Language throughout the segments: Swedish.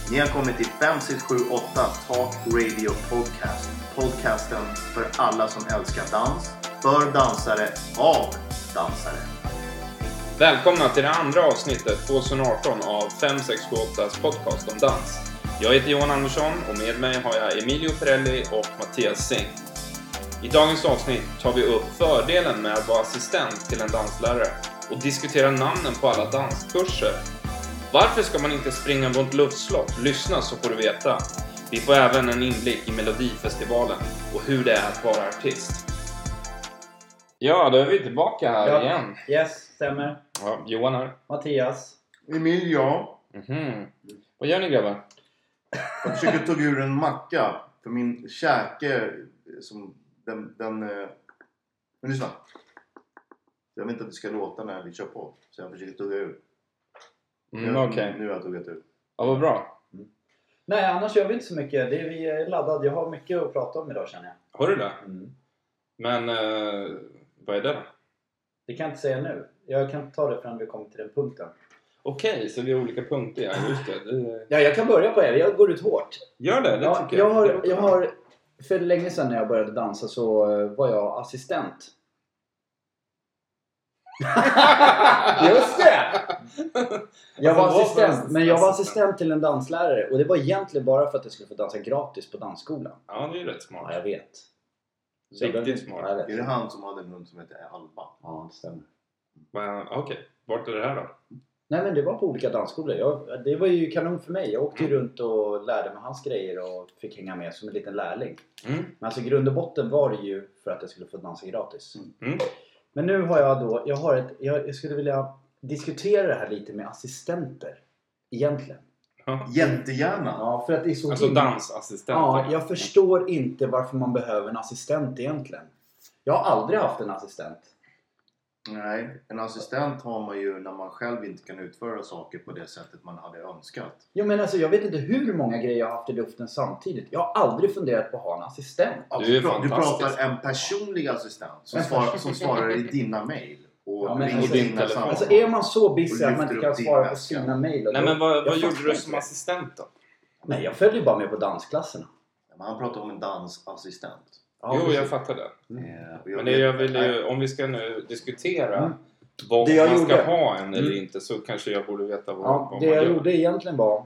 Ni har kommit till 5678 Talk Radio Podcast. Podcasten för alla som älskar dans, för dansare, av dansare. Välkomna till det andra avsnittet 2018 av 5678s podcast om dans. Jag heter Johan Andersson och med mig har jag Emilio Perelli och Mattias Singh. I dagens avsnitt tar vi upp fördelen med att vara assistent till en danslärare och diskutera namnen på alla danskurser. Varför ska man inte springa runt luftslott? Lyssna så får du veta. Vi får även en inblick i Melodifestivalen och hur det är att vara artist. Ja, då är vi tillbaka här igen. Yes, stämmer. Ja, Johan här. Mattias. Emil, ja. Vad gör ni grabbar? Jag försöker ta ur en macka. För min käke som men lyssna. Jag vet inte att det ska låta när vi kör på. Så jag försöker tugga ur. Okej. Nu har jag tuggat ur. Ja, vad bra. Nej, annars gör vi inte så mycket. Vi är laddade. Jag har mycket att prata om idag, känner jag. Har du det? Men vad är det då? Det kan jag inte säga nu. Jag kan ta det förrän vi kommer till den punkten. Okej, så vi har olika punkter. Ja, just det. Ja, jag kan börja på det. Jag går ut hårt. Gör det, Ja, tycker jag. Jag har för länge sedan när jag började dansa så var jag assistent. Just det! Jag var assistent, men jag var assistent till en danslärare. Och det var egentligen bara för att jag skulle få dansa gratis på dansskolan. Ja, det är ju rätt smart. Ja, jag vet. Riktigt smart. Ja, jag vet. Är det han som hade en hund som heter Alba? Ja, det stämmer. Okej, vart är det här då? Nej, men det var på olika dansskolor. Det var ju kanon för mig. Jag åkte ju runt och lärde mig hans grejer och fick hänga med som en liten lärling. Men alltså grund och botten var det ju för att jag skulle få dansa gratis. Men nu har jag då, jag skulle vilja diskutera det här lite med assistenter. Egentligen. Jättegärna. Ja, för att det är så Alltså dansassistent. Ja, jag förstår inte varför man behöver en assistent egentligen. Jag har aldrig haft en assistent. Nej, en assistent har man ju när man själv inte kan utföra saker på det sättet man hade önskat. Jo, men alltså jag vet inte hur många grejer jag har haft i luften samtidigt. Jag har aldrig funderat på att ha en assistent. Du pratar en personlig assistent som svarar i dina mejl. Och ringer dina samtal. Alltså är man så busy att man inte kan svara på sina mejl. Nej, men vad gjorde du som assistent då? Nej, jag följde bara med på dansklasserna. Han pratar om en dansassistent. Ja, jo, jag fattar det. Men jag vill ju, om vi ska nu diskutera vad man ska ha en eller inte, så kanske jag borde veta vad man det jag gjorde egentligen var...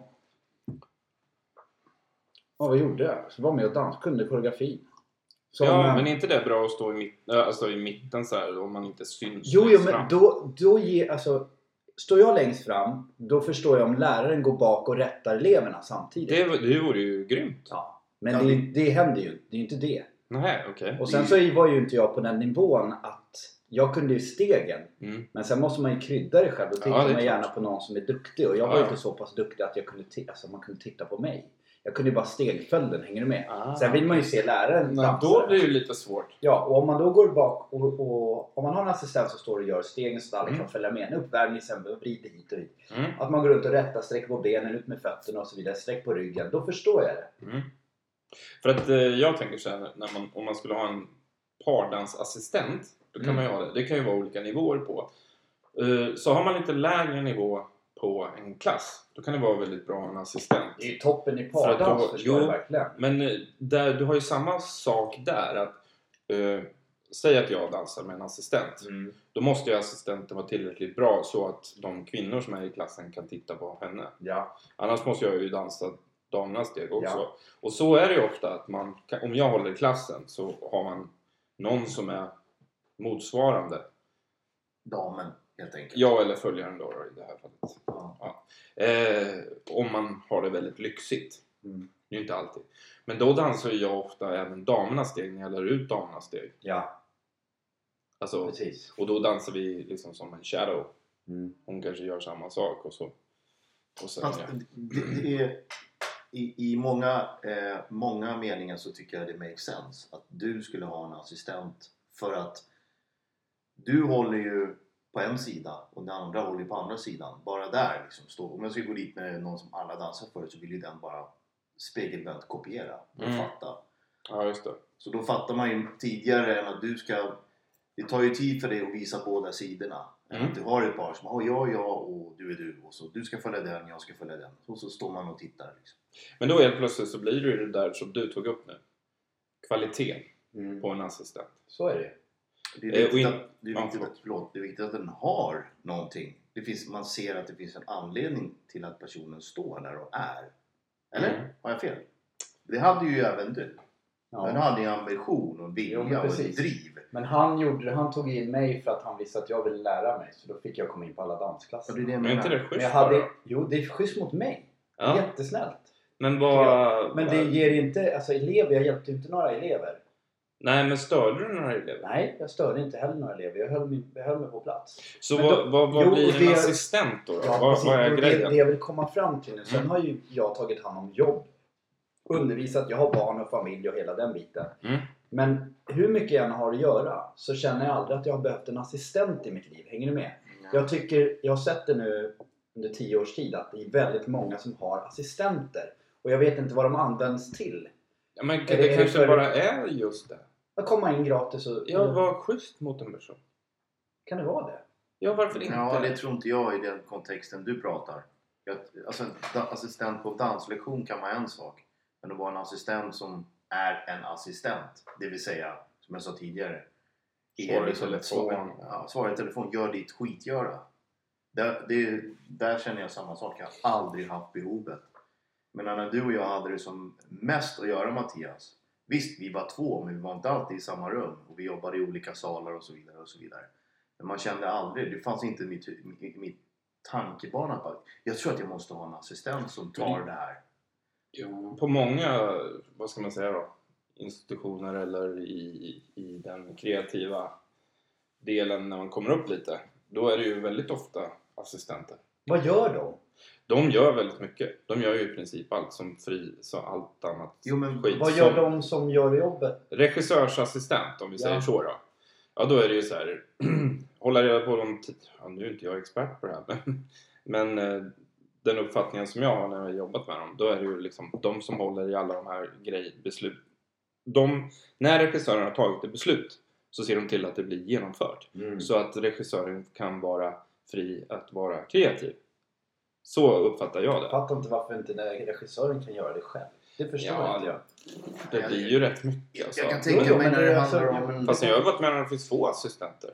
vad gjorde jag? Så var med och kunde koreografi. Men är inte det bra att stå i mitten så här, om man inte syns? Jo, men då alltså, står jag längst fram, då förstår jag om läraren går bak och rättar eleverna samtidigt. Det vore ju grymt. Ja, men det händer ju. Det är ju inte det. Nej, okej. Och sen så var ju inte jag på den nivån att jag kunde ju stegen. Men sen måste man ju krydda det själv. Och tittar man gärna på någon som är duktig. Och jag var ju inte så pass duktig att jag kunde man kunde titta på mig. Jag kunde ju bara stegföljden, hänger du med? Sen vill man ju se läraren dansa. Då blir det ju lite svårt. Ja, och om man då går bak och om man har en assistent som står och gör stegen så att alla kan följa med. En uppvärmning sen vrider hit och hit. Att man går runt och rättar, sträcker på benen, ut med fötterna och så vidare. Sträck på ryggen. Då förstår jag det. För att jag tänker så här, om man skulle ha en pardansassistent, då kan man ju ha det. Det kan ju vara olika nivåer på. Så har man lite lägre nivå på en klass, då kan det vara väldigt bra en assistent. Det är ju toppen i pardans, förstår jag verkligen. Men du har ju samma sak där. Att säg att jag dansar med en assistent. Då måste ju assistenten vara tillräckligt bra så att de kvinnor som är i klassen kan titta på henne. Ja. Annars måste jag ju dansa damernas steg också. Ja. Och så är det ju ofta att om jag håller klassen så har man någon som är motsvarande. Damen, helt enkelt. Ja, eller följaren då i det här fallet. Ja. Om man har det väldigt lyxigt. Det är ju inte alltid. Men då dansar jag ofta även damernas steg när jag lär ut damernas steg. Ja. Alltså, precis. Och då dansar vi liksom som en shadow. Hon kanske gör samma sak och så. Och sen, fast det är... I många meningar så tycker jag det makes sense att du skulle ha en assistent, för att du håller ju på en sida och den andra håller på andra sidan. Bara där liksom om jag ska gå dit med någon som alla dansar för, så vill ju den bara spegelvänt kopiera och fatta. Ja, just det. Så då fattar man ju tidigare än att du ska... Det tar ju tid för dig att visa båda sidorna. Du har ett par som ja och du är du. Och så du ska följa den, jag ska följa den. Och så står man och tittar liksom. Men då helt plötsligt så blir det ju det där som du tog upp nu. Kvalitet på en assistent. Så är det. Det är viktigt att den har någonting. Man ser att det finns en anledning till att personen står där och är. Eller? Har jag fel? Det hade ju även du. Ja. Den hade ju ambition och vilja och ett driv. Men han tog in mig för att han visste att jag ville lära mig. Så då fick jag komma in på alla dansklasser. Det är men inte det schysst Jo, det är schysst mot mig. Ja. Jättesnällt. Men Men det ger inte, alltså elever, jag hjälpte inte några elever. Nej, men störde du några elever? Nej, jag störde inte heller några elever. Jag höll mig på plats. Så vad blir en assistent då? Ja, vad är grejen? Det jag vill komma fram till nu. Sen har ju jag tagit hand om jobb. Undervisat, jag har barn och familj och hela den biten. Men hur mycket jag än har att göra så känner jag aldrig att jag har behövt en assistent i mitt liv. Hänger du med? Jag har sett det nu under 10 års tid att det är väldigt många som har assistenter. Och jag vet inte vad de används till. Ja, men det kanske bara är just det. Att komma in gratis och... Ja, var schysst mot en person. Kan det vara det? Ja, varför inte? Ja, det tror inte jag i den kontexten du pratar. Alltså en assistent på danslektion kan vara en sak. Men det var en assistent som är en assistent. Det vill säga, som jag sa tidigare. Svara i telefon. Svara i telefon. Gör ditt skitgöra. Där känner jag samma sak. Jag har aldrig haft behovet. Men när du och jag hade det som mest att göra, Mattias. Visst, vi var 2, men vi var inte alltid i samma rum. Och vi jobbade i olika salar och så vidare och så vidare. Men man kände aldrig, det fanns inte i mitt tankebana att jag tror att jag måste ha en assistent som tar det här. Ja, på många, vad ska man säga då, institutioner eller i den kreativa delen när man kommer upp lite, då är det ju väldigt ofta assistenter. Vad gör de? De gör väldigt mycket. De gör ju i princip allt som så allt annat skit. Vad gör de som gör jobbet? Regissörsassistent, om vi säger så då. Ja, då är det ju så här, hålla reda på dem. Ja, nu är inte jag expert på det här, men den uppfattningen som jag har när jag har jobbat med dem, då är det ju liksom de som håller i alla de här beslut. När regissören har tagit ett beslut så ser de till att det blir genomfört. Så att regissören kan vara fri att vara kreativ. Så uppfattar jag det. Jag fattar inte varför inte regissören kan göra det själv. Det förstår inte jag. Det blir ju rätt mycket. Alltså. Jag kan tänka mig när det handlar om... Fast jag har varit med när det finns 2 assistenter.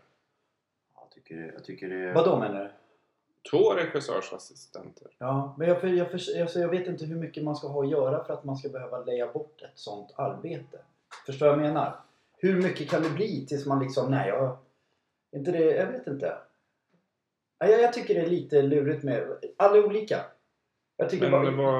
Jag tycker det... Vad menar du? 2 regissörsassistenter. Ja, men jag vet inte hur mycket man ska ha att göra för att man ska behöva lägga bort ett sånt arbete. Förstår vad jag menar? Hur mycket kan det bli tills man liksom... jag vet inte. Jag tycker det är lite lurigt med... Alla är olika. Jag tycker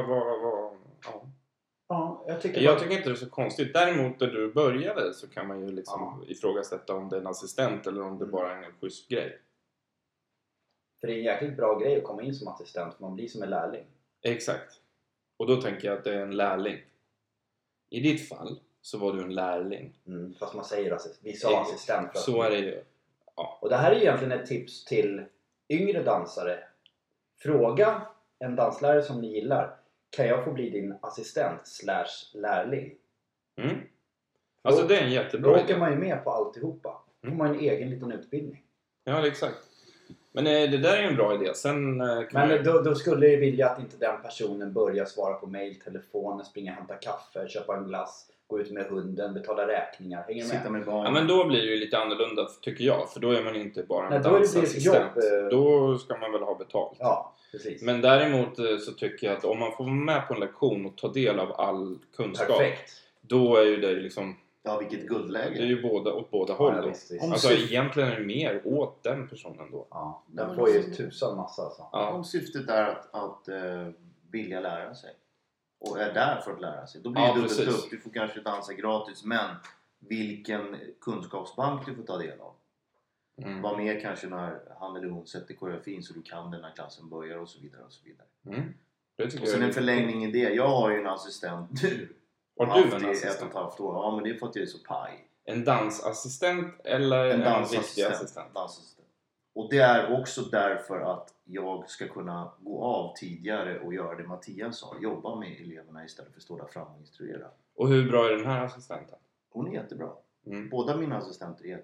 jag tycker inte det är så konstigt. Däremot när du började så kan man ju liksom ifrågasätta om det är en assistent eller om det bara är en schysst grej. För det är en jäkligt bra grej att komma in som assistent för man blir som en lärling. Exakt. Och då tänker jag att det är en lärling. I ditt fall så var du en lärling. Fast man säger vi sa assistent. För så är det ju. Ja. Och det här är egentligen ett tips till yngre dansare. Fråga en danslärare som ni gillar. Kan jag få bli din assistent /lärling? Alltså det är en jättebra idé. Då åker man ju med på alltihopa. Då får man en egen liten utbildning. Ja, exakt. Men det där är ju en bra idé. Sen då skulle jag vilja att inte den personen börjar svara på mail, telefon, springa och hämta kaffe, köpa en glass, gå ut med hunden, betala räkningar. Hänger Sitta med barn. Ja, men då blir det ju lite annorlunda tycker jag. För då är man inte bara en dansassistent. Då är det jobb. Då ska man väl ha betalt. Ja, precis. Men däremot så tycker jag att om man får vara med på en lektion och ta del av all kunskap. Perfekt. Då är ju det liksom... Ja, vilket guldläge. Det är ju åt båda håll. Alltså egentligen är det mer åt den personen då. Ja, den får ju tusan massa alltså. Ja. Om syftet är att vilja lära sig. Och är där för att lära sig. Då blir det dubbelt upp. Du får kanske dansa gratis. Men vilken kunskapsbank du får ta del av. Var med kanske när han eller hon sätter koreografin så du kan den när klassen börjar och så vidare och så vidare. Och sen en förlängning i det. Jag har ju en assistent nu. Har du en assistent? 1,5 år. Ja, men det är för att jag är så paj. En dansassistent eller en riktig assistent? Dansassistent. Och det är också därför att jag ska kunna gå av tidigare och göra det Mattias sa. Jobba med eleverna istället för att stå där fram och instruera. Och hur bra är den här assistenten? Hon är jättebra. Båda mina assistenter är jättebra.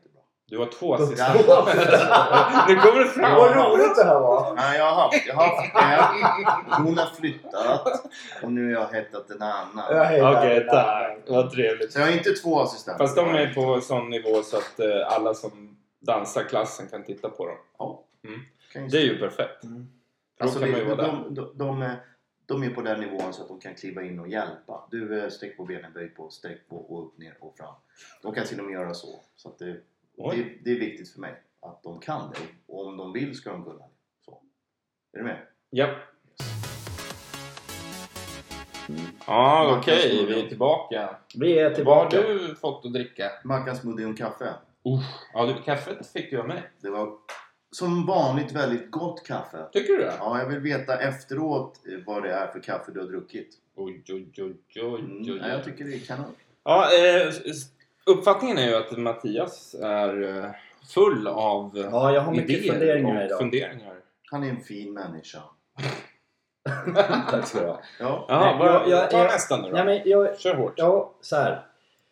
Du har 2 assistenter. Nu kommer det fram. Vad roligt det här var. Nej, jag har haft en. Hon har flyttat. Och nu har jag hittat en annan. Okej, tack. Vad trevligt. Så jag har inte 2 assistenter. Fast de är på sån nivå så att alla som dansar klassen kan titta på dem. Ja. Det är ju perfekt. Alltså, Då kan man ju vara där. de är på den nivån så att de kan kliva in och hjälpa. Du sträck på benen, böj på, sträck på och upp, ner och fram. De kan till och med göra så. Så att det är viktigt för mig att de kan det. Och om de vill ska de kunna det. Så. Är du med? Ja. Ja, okej. Vi är tillbaka. Vi är tillbaka. Vad har du fått att dricka? Mackan smoothie och kaffe. Ja, kaffet fick du av mig. Det var som vanligt väldigt gott kaffe. Tycker du det? Ja, jag vill veta efteråt vad det är för kaffe du har druckit. Oj. Nej, jag tycker det är kanon. Ja, uppfattningen är ju att Mattias är full av jag har mycket idéer idag. Funderingar. Han är en fin människa. Tack ska du ha. Ja. Ta nästan nu då. Ja, men Kör hårt. Ja, så här.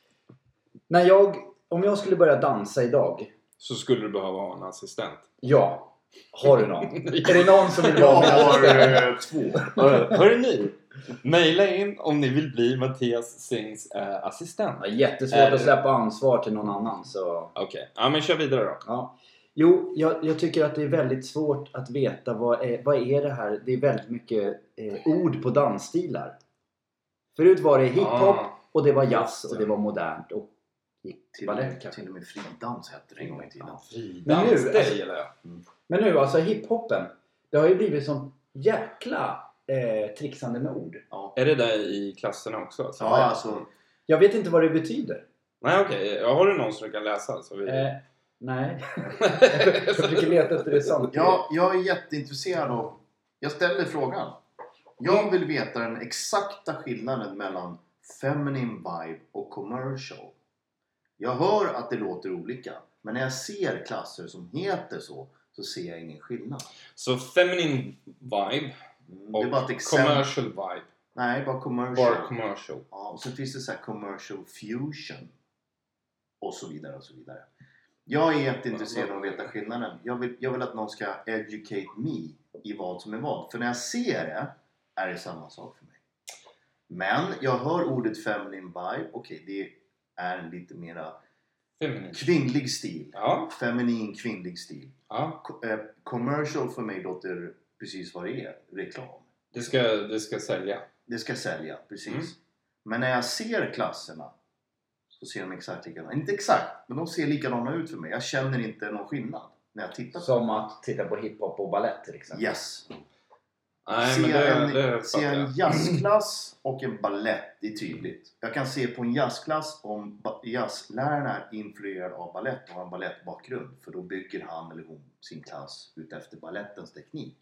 Om jag skulle börja dansa idag. Så skulle du behöva ha en assistent. Ja. Har du någon? Är det någon som vill vara min assistent? 2. Hörru ni. Maila in om ni vill bli Mattias Sings assistent. Ja, jättesvårt att släppa ansvar till någon annan. Okej. Ja, men kör vidare då. Ja. Jo, jag tycker att det är väldigt svårt att veta vad är det här. Det är väldigt mycket ord på dansstilar. Förut var det hiphop och det var jazz och det var modernt och balett kanske. Till och med fridans hette det en gång i tiden. Fridans, det gillar jag. Men nu alltså hiphopen, det har ju blivit sån jäkla trixande med ord. Ja. Är det där i klasserna också? Alltså? Ja, alltså. Jag vet inte vad det betyder. Nej, okej. Har du någon som du kan läsa? Så Nej. Jag försöker leta efter det samtidigt. Ja, jag är jätteintresserad av... Jag ställer frågan. Jag vill veta den exakta skillnaden mellan feminine vibe och commercial. Jag hör att det låter olika. Men när jag ser klasser som heter så ser jag ingen skillnad. Så feminine vibe och det är bara ett exempel. commercial vibe. Nej, bara commercial. Bara commercial. Ja, och så finns det så här commercial fusion. Och så vidare och så vidare. Jag är jätteintresserad av att veta skillnaden. Jag vill att någon ska educate me i vad som är vad. För när jag ser det är det samma sak för mig. Men jag hör ordet feminine vibe. Okej, det är en lite mera kvinnlig stil. Ja. Feminin kvinnlig stil. Ja. Commercial för mig låter precis vad det är. Reklam. Det ska sälja. Det ska sälja, precis. Men när jag ser klasserna så ser de exakt likadana. Inte exakt, men de ser likadana ut för mig. Jag känner inte någon skillnad när jag tittar på som att titta på hiphop och balett till exempel. Yes. Nej, Se en jazzklass och en balett, det är tydligt. Jag kan se på en jazzklass om jazzlärarna är influerad av balett och har en balettbakgrund. För då bygger han eller hon sin klass ut efter ballettens teknik.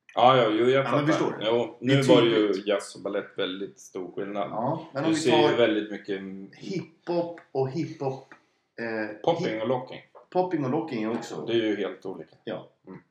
Jag fattar. Men förstår du? Jo, nu var ju jazz och balett väldigt stor skillnad. Ja, men du om vi ser ju tar väldigt mycket hiphop och hiphop... popping och locking. Popping och locking också. Det är ju helt olika. Ja.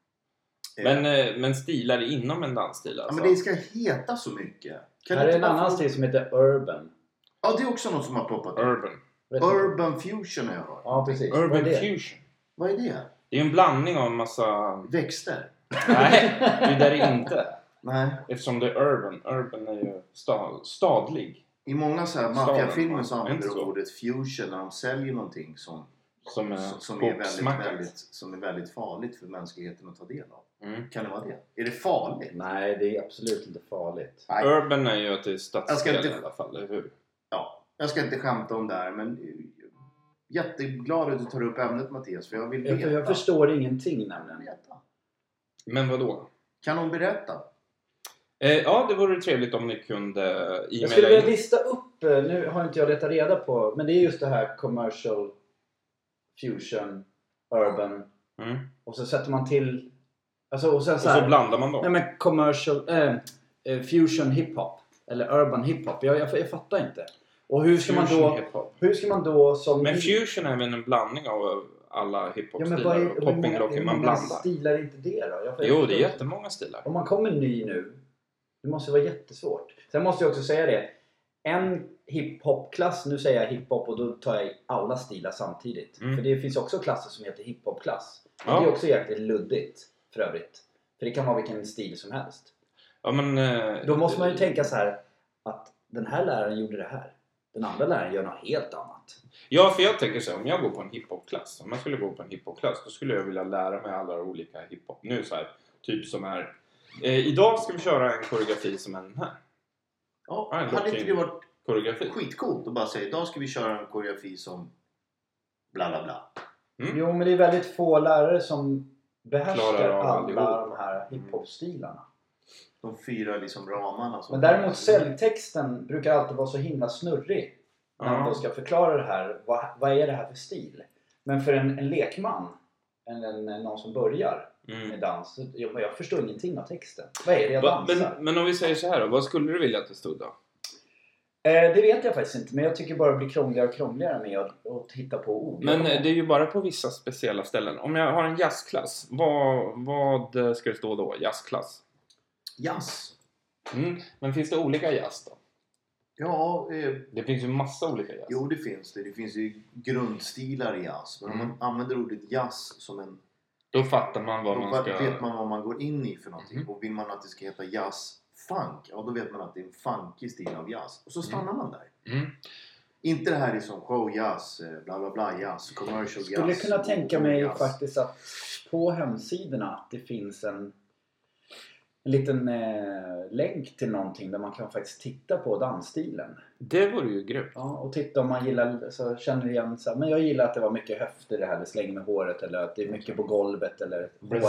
Men stilar inom en dansstil alltså? Ja, men det ska heta så mycket. Här är en annan stil som heter urban. Ja, det är också något som har poppat upp. Urban fusion har jag hört. Ja, precis. Urban fusion. Vad är det? Det är en blandning av en massa... Växter? Nej, det där är inte. Nej. Eftersom det är urban. Urban är ju stadlig. I många så här maffiafilmer så Staden, använder de så. ordet fusion när de säljer någonting som är väldigt farligt för mänskligheten att ta del av. Kan det vara det? Är det farligt? Nej, det är absolut inte farligt. Nej. Urban är ju att det är stadsdel i alla fall, eller hur? Ja, jag ska inte skämta om det här, men jätteglad att du tar upp ämnet, Mattias, för jag vill veta. Jag förstår ingenting nämligen. Men vadå? Kan hon berätta? Ja, det vore trevligt om ni kunde e-maila. Jag skulle vilja lista upp, nu har inte jag letat reda på, men det är just det här commercial, fusion, urban. Och så sätter man till, alltså, och sen så blandar man dem. Nej, men commercial, fusion hiphop eller urban hiphop. Jag fattar inte. Och hur ska man då som... Men fusion är väl en blandning av alla hiphop-stilar och popping, rocking, man blandar. Stilar är inte det då? Jo, det är jättemånga stilar. Om man kommer ny nu, det måste vara jättesvårt. Sen måste jag också säga det. en hiphop-klass, nu säger jag hiphop och då tar jag alla stilar samtidigt. För det finns också klasser som heter hiphop-klass. Ja. Det är också jäkligt luddigt för övrigt. För det kan vara vilken stil som helst. Ja, men, då måste man ju tänka så här att den här läraren gjorde det här. Den andra läraren gör något helt annat. Ja, för jag tänker så här, om jag går på en hiphop-klass. Om jag skulle gå på en hiphop-klass, då skulle jag vilja lära mig alla olika hiphop. Nu så här, typ som här. Idag ska vi köra en koreografi som är den här. Ja, hade inte det varit koreografi skitcoolt att bara säga, idag ska vi köra en koreografi som bla bla bla. Jo, men det är väldigt få lärare som behärskar alla de här hiphop-stilarna. De 4 liksom ramarna. Men däremot säljtexten brukar alltid vara så himla snurrig. När man då ska förklara det här. Vad är det här för stil? Men för en lekman. Eller någon som börjar med dans. Jag förstår ingenting av texten. Vad är det jag dansar? Men om vi säger så här då. Vad skulle du vilja att det stod då? Det vet jag faktiskt inte. Men jag tycker bara det blir krångligare och krångligare med att hitta på ord. Men det är ju bara på vissa speciella ställen. Om jag har en jazzklass. Vad ska det stå då? Jazzklass? Jazz. Men finns det olika jazz då? Ja. Det finns ju massa olika jazz. Jo, det finns det. Det finns ju grundstilar i jazz. Men om man använder ordet jazz som en... Då fattar man vad man ska... Då vet man vad man går in i för någonting. Och vill man att det ska heta jazz funk, ja då vet man att det är en funky stil av jazz. Och så stannar man där. Inte det här är som show jazz, bla bla bla jazz, commercial jazz. Skulle kunna tänka mig faktiskt att på hemsidorna att det finns en liten länk till någonting där man kan faktiskt titta på dansstilen. Det vore ju grymt. Ja, och titta om man gillar, så känner igen så här, men jag gillar att det var mycket höfter det här, eller släng med håret, eller att det är mycket på golvet, eller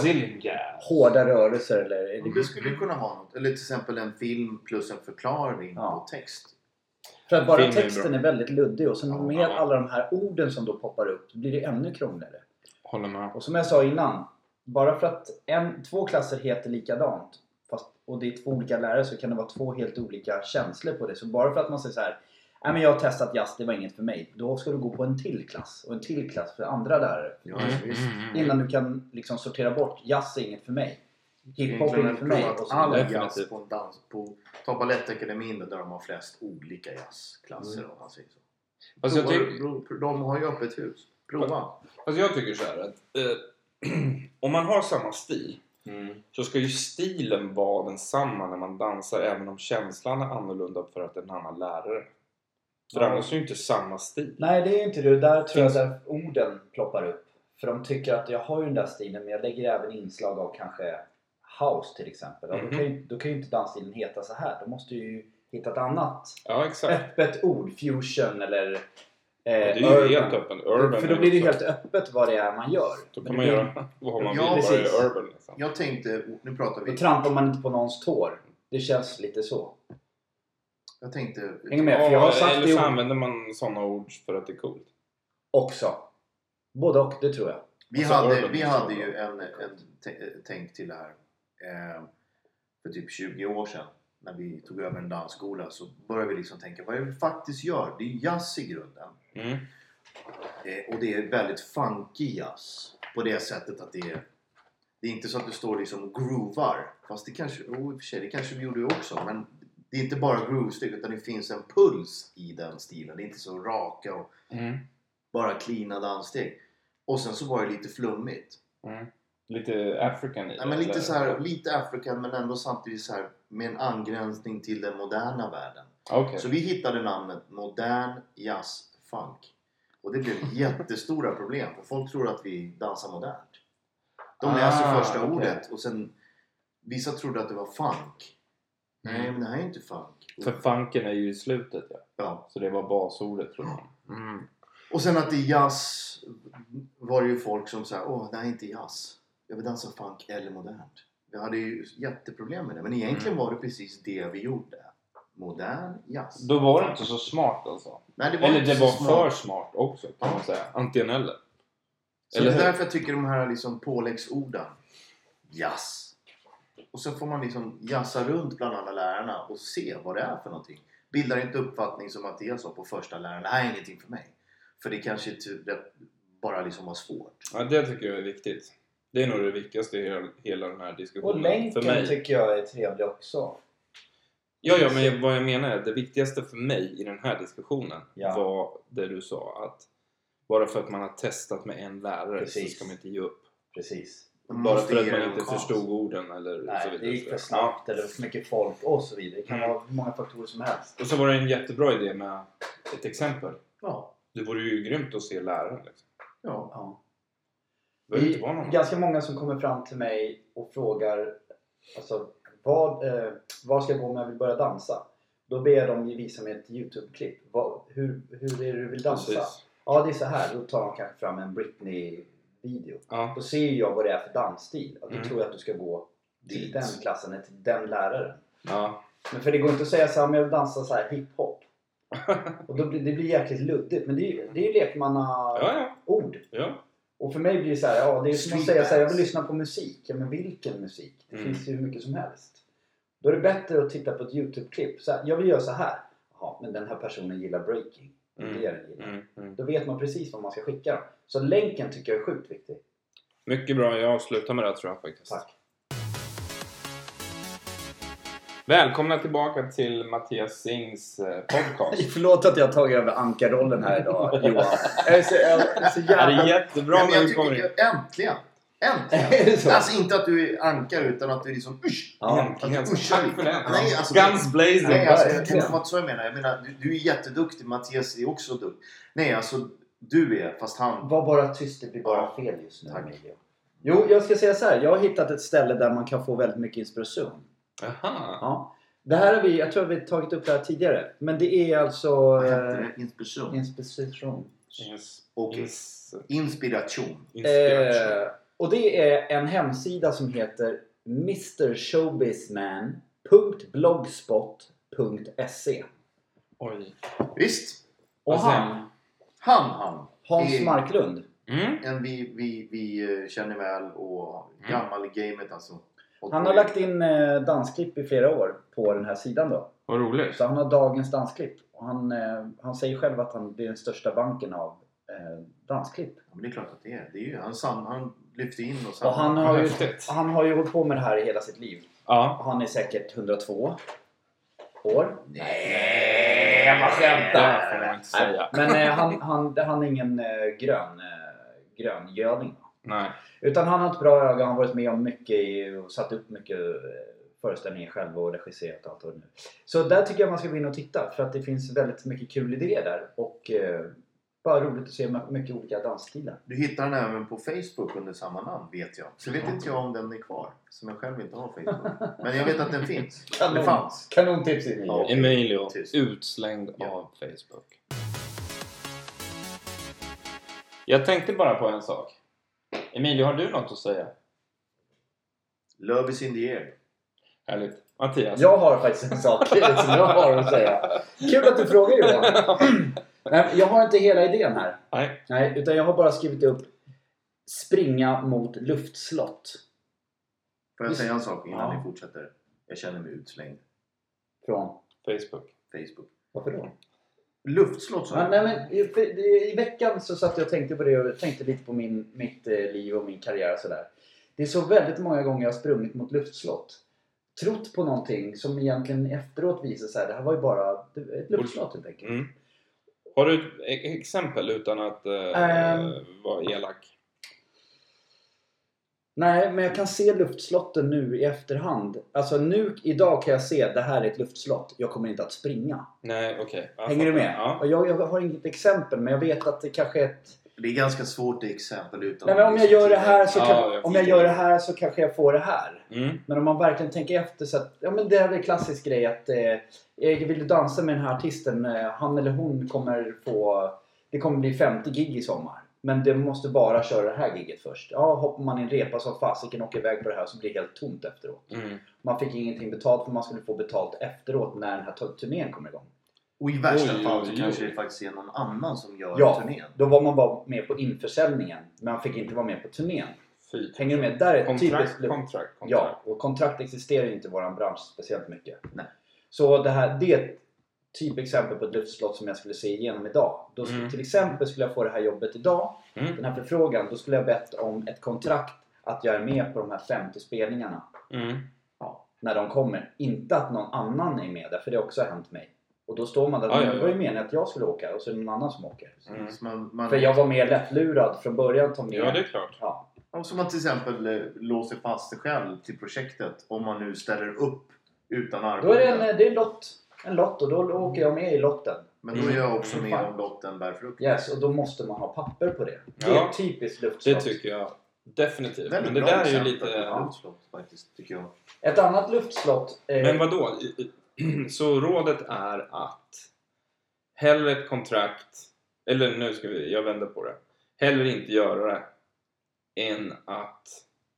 hårda rörelser, eller... Det skulle kunna vara något, eller till exempel en film plus en förklaring på text. För att bara texten är väldigt luddig och sen med alla de här orden som då poppar upp blir det ännu krångligare. Håller med. Och som jag sa innan, bara för att 2 klasser heter likadant och det är 2 olika lärare, så kan det vara 2 helt olika känslor på det. Så bara för att man säger så här, nej men jag har testat jazz, det var inget för mig. Då ska du gå på en till klass och en till klass för andra lärare. Innan du kan liksom sortera bort, jazz är inget för mig. Hiphop är inget för mig. All jazz på en dans på Balettakademin där de har flest olika jazzklasser om man säger så. Alltså de har ju öppet hus. Prova. Alltså jag tycker så här att om man har samma stil så ska ju stilen vara densamma när man dansar, även om känslan är annorlunda för att en annan lärare. För annars är ju inte samma stil. Nej, det är inte det. Där tror jag att orden ploppar upp. För de tycker att jag har ju den där stilen, men jag lägger även inslag av kanske house till exempel. Då kan ju inte dansstilen heta så här. Då måste ju hitta ett annat öppet ord. Fusion eller det är ju urban. Helt öppen. Urban för då blir det helt öppet vad det är man gör. Då kan man göra vad man vill. Bara är urban liksom. Jag tänkte, nu pratar vi... Då trampar man inte på någons tår. Det känns lite så. Jag tänkte... Häng med, för jag har sagt eller så använder man sådana ord för att det är coolt. Också. Både och, det tror jag. Vi hade ju en tänk till det här för typ 20 år sedan. När vi tog över en dansskola så började vi liksom tänka, vad är det vi faktiskt gör? Det är jazz i grunden. Och det är väldigt funky jazz. På det sättet att det är inte så att du står liksom och groovar. Fast det kanske, i och för sig, det kanske vi gjorde också. Men det är inte bara groove-styck utan det finns en puls i den stilen. Det är inte så raka och bara cleana danssteg. Och sen så var det lite flummigt. Lite African i det. Ja, men lite så här, lite African men ändå samtidigt så här med en angränsning till den moderna världen. Okay. Så vi hittade namnet modern jazz funk. Och det blev jättestora problem för folk tror att vi dansar modernt. De läser första ordet och sen vissa trodde att det var funk. Nej, men det här är inte funk. För funken är ju i slutet, ja. Så det var basordet tror jag. Och sen att det är jazz var det ju folk som sa, det här är inte jazz. Jag vill dansa funk eller modernt. Vi hade ju jätteproblem med det. Men egentligen var det precis det vi gjorde. Modern jazz. Då var det inte så smart alltså. Nej, det var eller inte det var så för smart också kan man säga. Antingen eller. Så det är därför jag tycker de här liksom påläggsorden. Jazz. Och så får man liksom jazza runt bland alla lärarna och se vad det är för någonting. Bildar inte uppfattning som Mattias sa på första läraren. Det här är ingenting för mig. För det kanske bara liksom var svårt. Ja, det tycker jag är viktigt. Det är nog det viktigaste i hela den här diskussionen. Och länken för mig. Tycker jag är trevlig också. Ja, men vad jag menar är det viktigaste för mig i den här diskussionen var det du sa, att bara för att man har testat med en lärare så ska man inte ge upp. Precis. Bara för att man inte förstod orden eller nej, så vidare. det gick för snabbt eller för mycket folk och så vidare. Det kan vara många faktorer som helst. Och så var det en jättebra idé med ett exempel. Ja. Det vore ju grymt att se läraren. Liksom. Ja. Det är ganska många som kommer fram till mig och frågar alltså, vad ska jag gå om jag vill börja dansa? Då ber jag dem visa mig ett YouTube-klipp. Hur är det du vill dansa? Precis. Ja, det är så här. Då tar de kanske fram en Britney-video. Ja. Då ser jag vad det är för dansstil. Då tror jag att du ska gå till den klassen, till den läraren. Ja. Men för det går inte att säga så här, om jag vill dansa så här hiphop. Och det blir jäkligt luddigt. Men det är ju lekmanna-ord. Ja. Och för mig blir det så här, det är som att säga så här, jag vill lyssna på musik. Ja, men vilken musik? Det finns ju hur mycket som helst. Då är det bättre att titta på ett YouTube-klipp. Så här, jag vill göra så här. Jaha, men den här personen gillar breaking. Det är den gillar. Då vet man precis vad man ska skicka dem. Så länken tycker jag är sjukt viktig. Mycket bra, jag avslutar med det tror jag faktiskt. Tack. Välkomna tillbaka till Mattias Sings podcast. Förlåt att jag har tagit över ankarrollen här idag, Johan. Jag är så jävla... Det är jättebra när du kommer in. Äntligen! Alltså inte att du är ankar utan att du är liksom Äntligen. Tack för det. Nej, alltså, Guns blazing. Nej, alltså, det var inte så jag menar. Jag menar, du är jätteduktig. Mattias är också duktig. Nej, alltså du är, fast han... Var bara tyst, det blir bara fel just nu. Jo, jag ska säga så här. Jag har hittat ett ställe där man kan få väldigt mycket inspiration. Aha. Ja. Det här har jag tror vi tagit upp det här tidigare. Men det är alltså... Vad heter det? Inspiration. Inspiration. Och det är en hemsida som heter mrshowbizman.blogspot.se. Oj. Visst. Och han Hans Marklund. En vi känner väl och gammal i gamet alltså. Han har lagt in dansklipp i flera år på den här sidan då. Vad roligt. Så han har dagens dansklipp. Och han säger själv att han blir den största banken av dansklipp. Ja, men det är klart att det är. Det är ju, han lyfter in och Och han har ju hållit på med det här i hela sitt liv. Ja. Han är säkert 102 år. Nej, jag bara skämtar. Får man inte säga. Men han är ingen gröngöling. Nej. Utan han har ett bra öga. Han har varit med om mycket och satt upp mycket föreställningar själv och regisserat allt och nu. Så där tycker jag man ska gå in och titta. För att det finns väldigt mycket kul idéer där. Och bara roligt att se mycket olika dansstilar. Du hittar den även på Facebook under samma namn, vet jag. Så vet inte jag om den är kvar. Som jag själv inte har Facebook. Men jag vet att den finns. Det fanns. Kanontips Emilio. Ja, Emilio, utslängd av Facebook. Jag tänkte bara på en sak. Emilio, har du något att säga? Love is in the air. Härligt. Mattias? Jag har faktiskt en sak som jag har att säga. Kul att du frågar, Johan. Nej, jag har inte hela idén här. Nej, utan jag har bara skrivit upp springa mot luftslott. Får jag säga en sak innan ni fortsätter? Jag känner mig utslängd. Från? Facebook. Varför då? Luftslott så. Nej, men i veckan så satt jag och tänkte på det och tänkte lite på mitt liv och min karriär och sådär. Det är så väldigt många gånger jag har sprungit mot luftslott. Trott på någonting som egentligen efteråt visar sig. Det här var ju bara ett luftslott helt enkelt. Har du ett exempel utan att vara elak? Nej, men jag kan se luftslotten nu i efterhand. Alltså idag kan jag se att det här är ett luftslott. Jag kommer inte att springa. Nej, okej. Hänger du med? Ja. Och jag har inget exempel, men jag vet att det kanske är ett... Det är ganska svårt det exempel utan... Nej, men om jag gör det här så kanske jag får det här. Men om man verkligen tänker efter så att... Ja, men det är väl en klassisk grej att... vill du dansa med den här artisten? Han eller hon kommer få... Det kommer bli 50 gig i sommar. Men det måste bara köra det här giget först. Ja, hoppar man i en repa så fasiken åker iväg på det här så blir det helt tomt efteråt. Man fick ingenting betalt för man skulle få betalt efteråt när den här turnén kommer igång. Och i värsta fall så kanske det faktiskt är någon annan som gör turnén. Då var man bara med på införsäljningen. Men man fick inte vara med på turnén. Hänger du med? Där är kontrakt. Ja, och kontrakt existerar ju inte i våran bransch speciellt mycket. Nej. Så det är ett typexempel på ett luftslott som jag skulle se igenom idag. Då skulle, till exempel skulle jag få det här jobbet idag. Den här förfrågan. Då skulle jag bett om ett kontrakt att jag är med på de här 50 spelningarna. när de kommer. Inte att någon annan är med där, för det har också hänt mig. Och då står man där, det var ju meningen att jag skulle åka och så är det någon annan som åker. För jag var mer lättlurad från början. Ja, det är klart. Ja. Och som man till exempel låser fast sig själv till projektet om man nu ställer upp utan arbete. Då är det en lott och då åker jag med i lotten. Men då är jag också med om lotten bär frukt. Yes, och då måste man ha papper på det. Det är ett typiskt luftslott. Det tycker jag definitivt. Väldigt men det bra där är ju exempel lite... på luftslott faktiskt, tycker jag. Ett annat luftslott... Men vadå? Så rådet är att hellre ett kontrakt, eller nu ska jag vända på det. Hellre inte göra det än att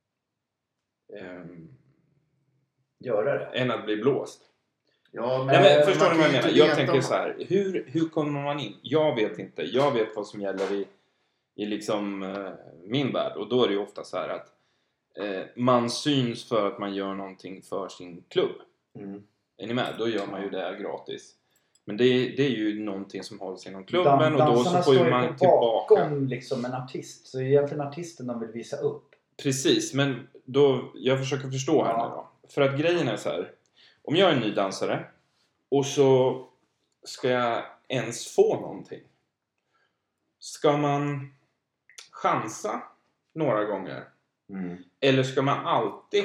än att bli blåst. Ja, men förstår ni vad jag menar? Jag tänker så här, hur kommer man in? Jag vet inte. Jag vet vad som gäller i liksom min värld. Och då är det ju ofta så här att man syns för att man gör någonting för sin klubb. Är ni med? Då gör man ju det gratis. Men det är ju någonting som hålls inom klubben och då så får ju man tillbaka. Bakom liksom en artist. Så egentligen artisten de vill visa upp. Precis, men då jag försöker förstå här nu då. För att grejen är så här. Om jag är en ny dansare och så ska jag ens få någonting. Ska man chansa några gånger? Eller ska man alltid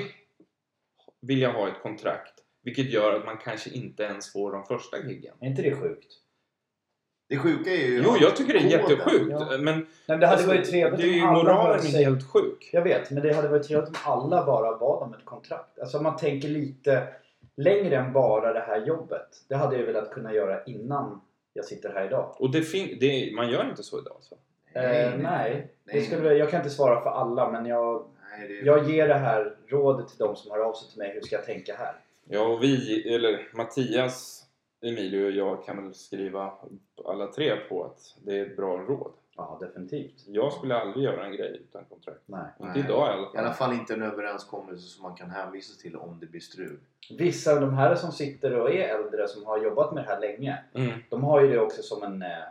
vilja ha ett kontrakt? Vilket gör att man kanske inte ens får de första giggen. Är inte det sjukt? Det sjuka är ju... Jo, jag tycker det är jättesjukt. Ja. Men det hade varit trevligt. Det är ju moralen är helt sjuk. Jag vet, men det hade varit trevligt om alla bara bad om ett kontrakt. Alltså om man tänker lite längre än bara det här jobbet. Det hade jag velat kunna göra innan jag sitter här idag. Och man gör inte så idag så. Nej. Jag kan inte svara för alla, men jag ger det här rådet till de som har av sig till mig. Hur ska jag tänka här? Ja, och Mattias, Emilio och jag kan väl skriva alla tre på att det är ett bra råd. Ja, definitivt. Jag skulle aldrig göra en grej utan kontrakt. Nej. Inte idag i alla fall. I alla fall inte en överenskommelse som man kan hänvisa till om det blir strul. Vissa av de här som sitter och är äldre som har jobbat med det här länge. De har ju det också som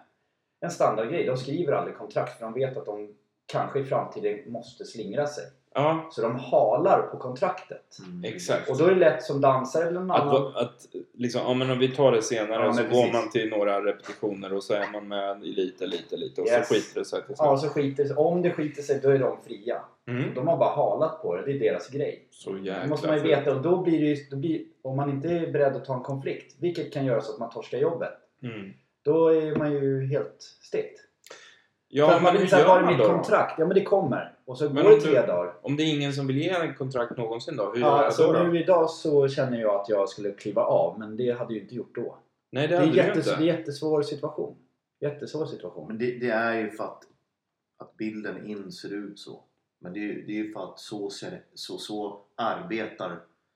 en standardgrej. De skriver aldrig kontrakt för de vet att de kanske i framtiden måste slingra sig. Ja. Så de halar på kontraktet. Exakt. Och då är det lätt som dansare eller någon annan. Att liksom, men om vi tar det senare så går man till några repetitioner och så är man med lite och så skiter det sig till slut. Ja, så om det skiter sig då är de fria. De har bara halat på det, det är deras grej. Så jäkla. Det måste man ju veta och då blir om man inte är beredd att ta en konflikt, vilket kan göra så att man torskar jobbet. Då är man ju helt stekt. Ja, för att men man inte har mitt kontrakt. Ja, men det kommer. Och så går det 3 dagar. Om det är ingen som vill ge en kontrakt någonsin då? Hur gör jag då? Nu idag så känner jag att jag skulle kliva av. Men det hade ju inte gjort då. Nej, det är en jättesvår situation. Men det är ju för att bilden in ser ut så. Men det är ju för att så arbetar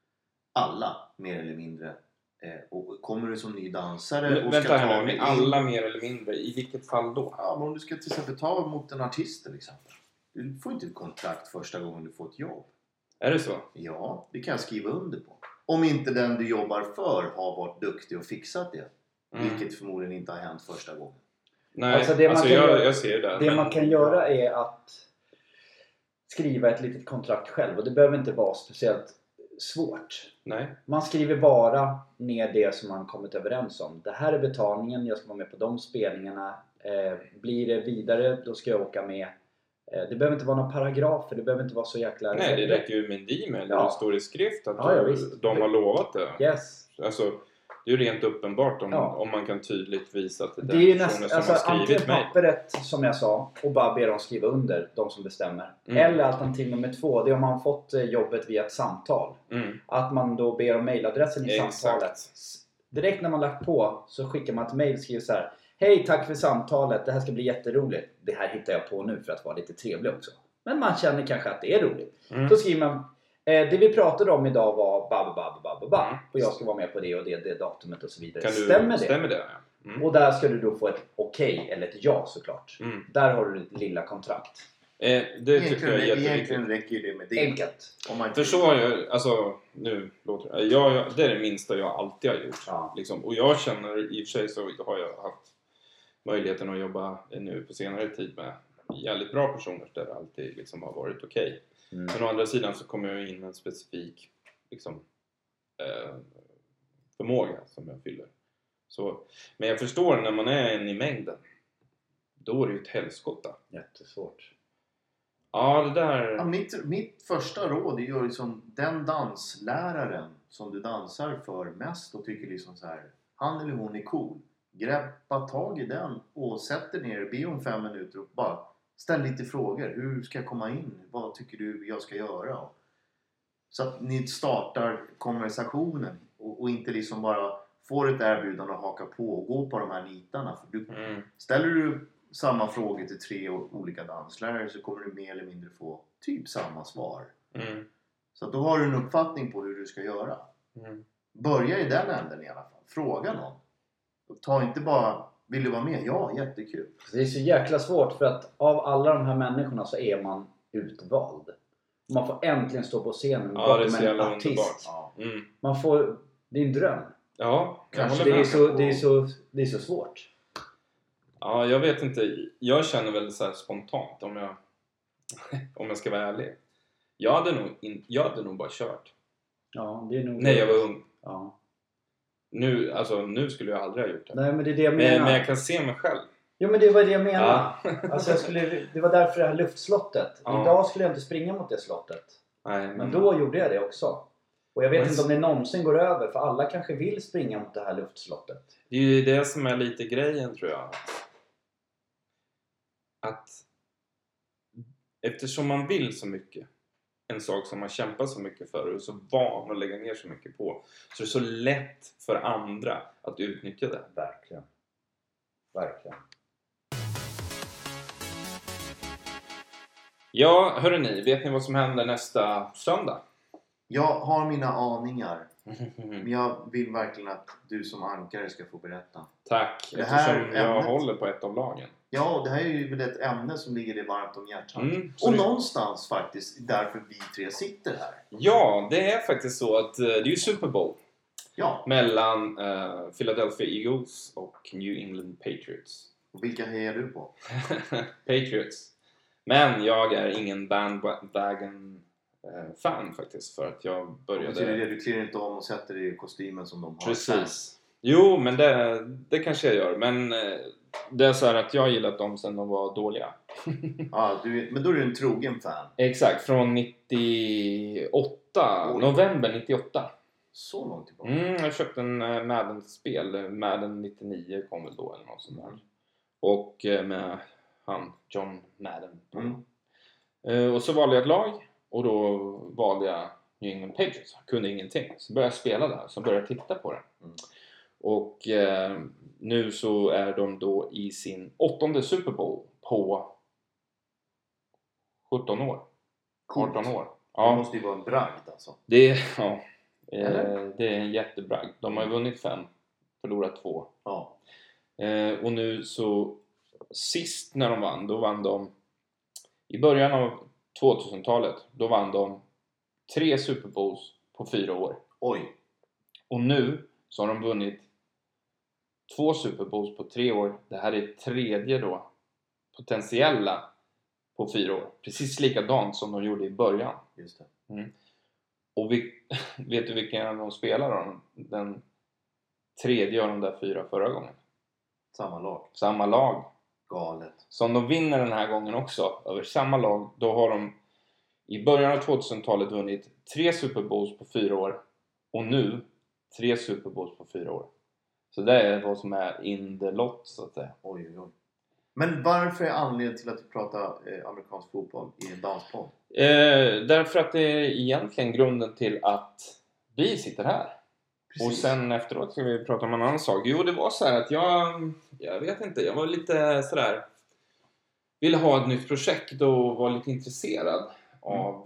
alla mer eller mindre. Och kommer du som ny dansare och vänta ska här med alla mer eller mindre, i vilket fall då? Ja, men om du ska till exempel ta mot en artist till exempel. Du får inte ett kontrakt första gången du får ett jobb. Är det så? Ja, det kan jag skriva under på. Om inte den du jobbar för har varit duktig och fixat det. Vilket förmodligen inte har hänt första gången. Nej, alltså jag ser det. Det man kan göra är att skriva ett litet kontrakt själv. Och det behöver inte vara speciellt svårt. Nej. Man skriver bara ner det som man kommit överens om. Det här är betalningen, jag ska vara med på de spelningarna. Blir det vidare, då ska jag åka med. Det behöver inte vara några paragrafer, det behöver inte vara så jäkla... Nej, det räcker ju med en e-mail där det står i skrift att de har lovat det. Yes. Alltså, det är ju rent uppenbart om man kan tydligt visa att det är ju personen som har skrivit mig. Pappret som jag sa och bara be dem skriva under, de som bestämmer. Eller alternativ nummer 2, det är om man fått jobbet via ett samtal. Att man då ber om mailadressen i samtalet. Direkt när man lagt på så skickar man ett mail och skriver så här: hej, tack för samtalet, det här ska bli jätteroligt. Det här hittar jag på nu för att vara lite trevlig också. Men man känner kanske att det är roligt. Då skriver man: det vi pratade om idag var och jag ska vara med på det och det datumet och så vidare. Stämmer det? Och där ska du då få ett okej eller ett ja såklart. Där har du ditt lilla kontrakt. Det tycker jag är jätteviktigt. Egentligen räcker det med det. Enkelt. För så har jag, alltså nu låter det är det minsta jag alltid har gjort. Liksom. Och jag känner, i och för sig så har jag haft möjligheten att jobba nu på senare tid med jävligt bra personer där det alltid liksom har varit okej. Men å andra sidan så kommer jag in med en specifik liksom, förmåga som jag fyller. Så, men jag förstår när man är en i mängden, då är det ju ett helskotta. Jättesvårt. Ja, det där... Ja, mitt första råd är ju liksom den dansläraren som du dansar för mest och tycker liksom så här, han eller hon är cool. Greppa tag i den och sätt dig ner, be om 5 minuter och bara ställ lite frågor. Hur ska jag komma in? Vad tycker du jag ska göra? Så att ni startar konversationen och inte liksom bara får ett erbjudande att haka på och gå på de här nitarna. För ställer du samma frågor till 3 olika danslärare så kommer du mer eller mindre få typ samma svar. Så att då har du en uppfattning på hur du ska göra. Börja i den änden i alla fall. Fråga någon. Ta inte bara, vill du vara med? Ja, jättekul. Det är så jäkla svårt för att av alla de här människorna så är man utvald. Man får äntligen stå på scenen med en artist. Ja. Man får, det är en dröm. Ja, kanske det är så svårt. Ja, jag vet inte. Jag känner väl så här spontant om jag ska vara ärlig. Jag hade nog bara kört. Ja, det är nog... När jag var ung. Ja. Nu skulle jag aldrig ha gjort det. Nej, men det är det jag menar. Men jag kan se mig själv. Jo, men det var det jag menar. Ja. Alltså det var därför det här luftslottet. Ja. Idag skulle jag inte springa mot det slottet. Nej, Men då gjorde jag det också. Och jag vet inte om det någonsin går över. För alla kanske vill springa mot det här luftslottet. Det är ju det som är lite grejen, tror jag. Att eftersom man vill så mycket, en sak som man kämpar så mycket för och är så van att lägga ner så mycket på, så det är så lätt för andra att utnyttja det. Verkligen. Verkligen. Ja, hörrni, vet ni vad som händer nästa söndag? Jag har mina aningar. Men jag vill verkligen att du som ankare ska få berätta. Tack, det här eftersom jag håller på ett av lagen. Ja, det här är ju väl ett ämne som ligger dig varmt om hjärtat. Och någonstans faktiskt därför vi 3 sitter här. Ja, det är faktiskt så att det är ju Super Bowl. Ja. Mellan Philadelphia Eagles och New England Patriots. Och vilka hejar du på? Patriots. Men jag är ingen bandwagon fan faktiskt, för att jag började... Betyder det? Du klär inte om och sätter dig i kostymen som de har. Precis. Jo, men det kanske jag gör. Men det är så här att jag gillat dem sedan de var dåliga. Ja, men då är du en trogen fan. Exakt, från 98. Oj. November 98. Så långt tillbaka. Jag köpte en Madden-spel. Madden 99 kom väl då eller något sånt där. Och med han, John Madden. Och så valde jag ett lag. Och då valde jag New England Patriots. Jag kunde ingenting. Så började jag spela där. Så började jag titta på det. Och nu så är de då i sin 8:e Super Bowl på 17 år. 18 år. Ja. Det måste ju vara en bragd alltså. Det är en jättebragd. De har ju vunnit 5. Förlorat 2. Ja. Och nu så sist när de vann, då vann de i början av 2000-talet, då vann de 3 Super Bowls på 4 år. Oj. Och nu så har de vunnit 2 Super Bowls på 3 år. Det här är 3:e då potentiella på 4 år. Precis likadant som de gjorde i början. Just det. Och vet du vilken de spelar då? Den 3:e av de där 4 förra gången. Samma lag. Galet. Så om de vinner den här gången också över samma lag, då har de i början av 2000-talet vunnit 3 Super Bowls på 4 år. Och nu 3 Super Bowls på 4 år. Så det är vad som är in the lot, så att säga. Oj. Men varför är anledningen till att du pratar amerikansk fotboll i en danspodd? Därför att det är egentligen grunden till att vi sitter här. Precis. Och sen efteråt ska vi prata om en annan sak. Jo, det var så här att jag vet inte, jag var lite sådär, ville ha ett nytt projekt och var lite intresserad av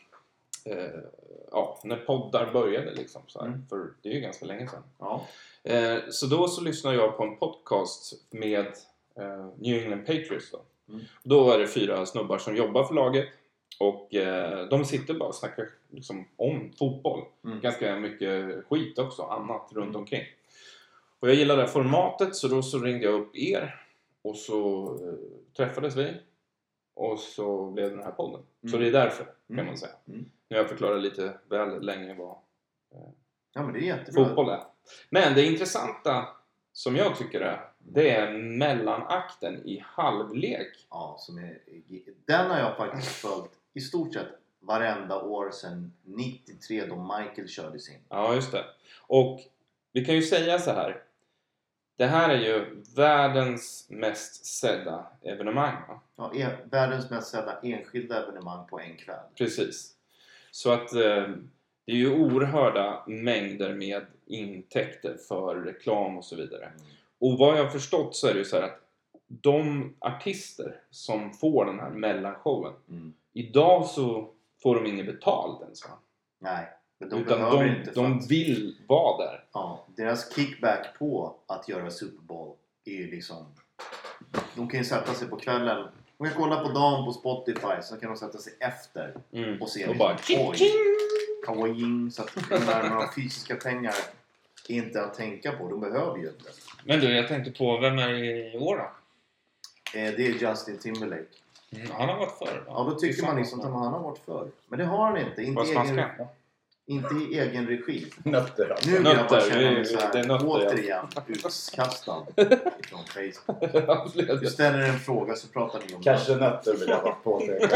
när poddar började liksom så här. För det är ju ganska länge sedan. Ja. Så då så lyssnade jag på en podcast med New England Patriots då. Då är det 4 snubbar som jobbar för laget. Och de sitter bara och snackar liksom om fotboll. Ganska mycket skit också, annat runt omkring. Och jag gillade formatet, så då så ringde jag upp er. Och så träffades vi. Och så blev den här podden. Så det är därför, kan man säga. Nu har jag förklarat lite väl länge vad Ja, men det är jättebra. Fotboll är. Men det intressanta som jag tycker det är mellanakten i halvlek. Ja, den har jag faktiskt följt i stort sett varenda år sedan 93 då Michael körde sin. Ja, just det. Och vi kan ju säga så här. Det här är ju världens mest sedda evenemang. Va? Ja, världens mest sedda enskilda evenemang på en kväll. Precis. Så att det är ju oerhörda mängder med intäkter för reklam och så vidare. Och vad jag har förstått så är det ju så här att de artister som får den här mellanshowen. Idag så får de inget betalt ens, va? Nej. Men de vill vara där. Ja, deras kickback på att göra Super Bowl är ju liksom... De kan ju sätta sig på kvällen. De kan kolla på dagen på Spotify. Så kan de sätta sig efter och se och liksom, bara kawaii. Så att några fysiska pengar är inte att tänka på. De behöver ju inte. Men du, jag tänkte på, vem är det i år då? Det är Justin Timberlake. Han har varit förr. Ja, då tycker man liksom att han har varit förr. Men det har han inte. Inte i egen regi. Nötter. Nu vill jag bara känna mig det är nötter, återigen utkastad från Facebook. Du ställer en fråga så pratar ni om Kanske nötter vill jag vara på det.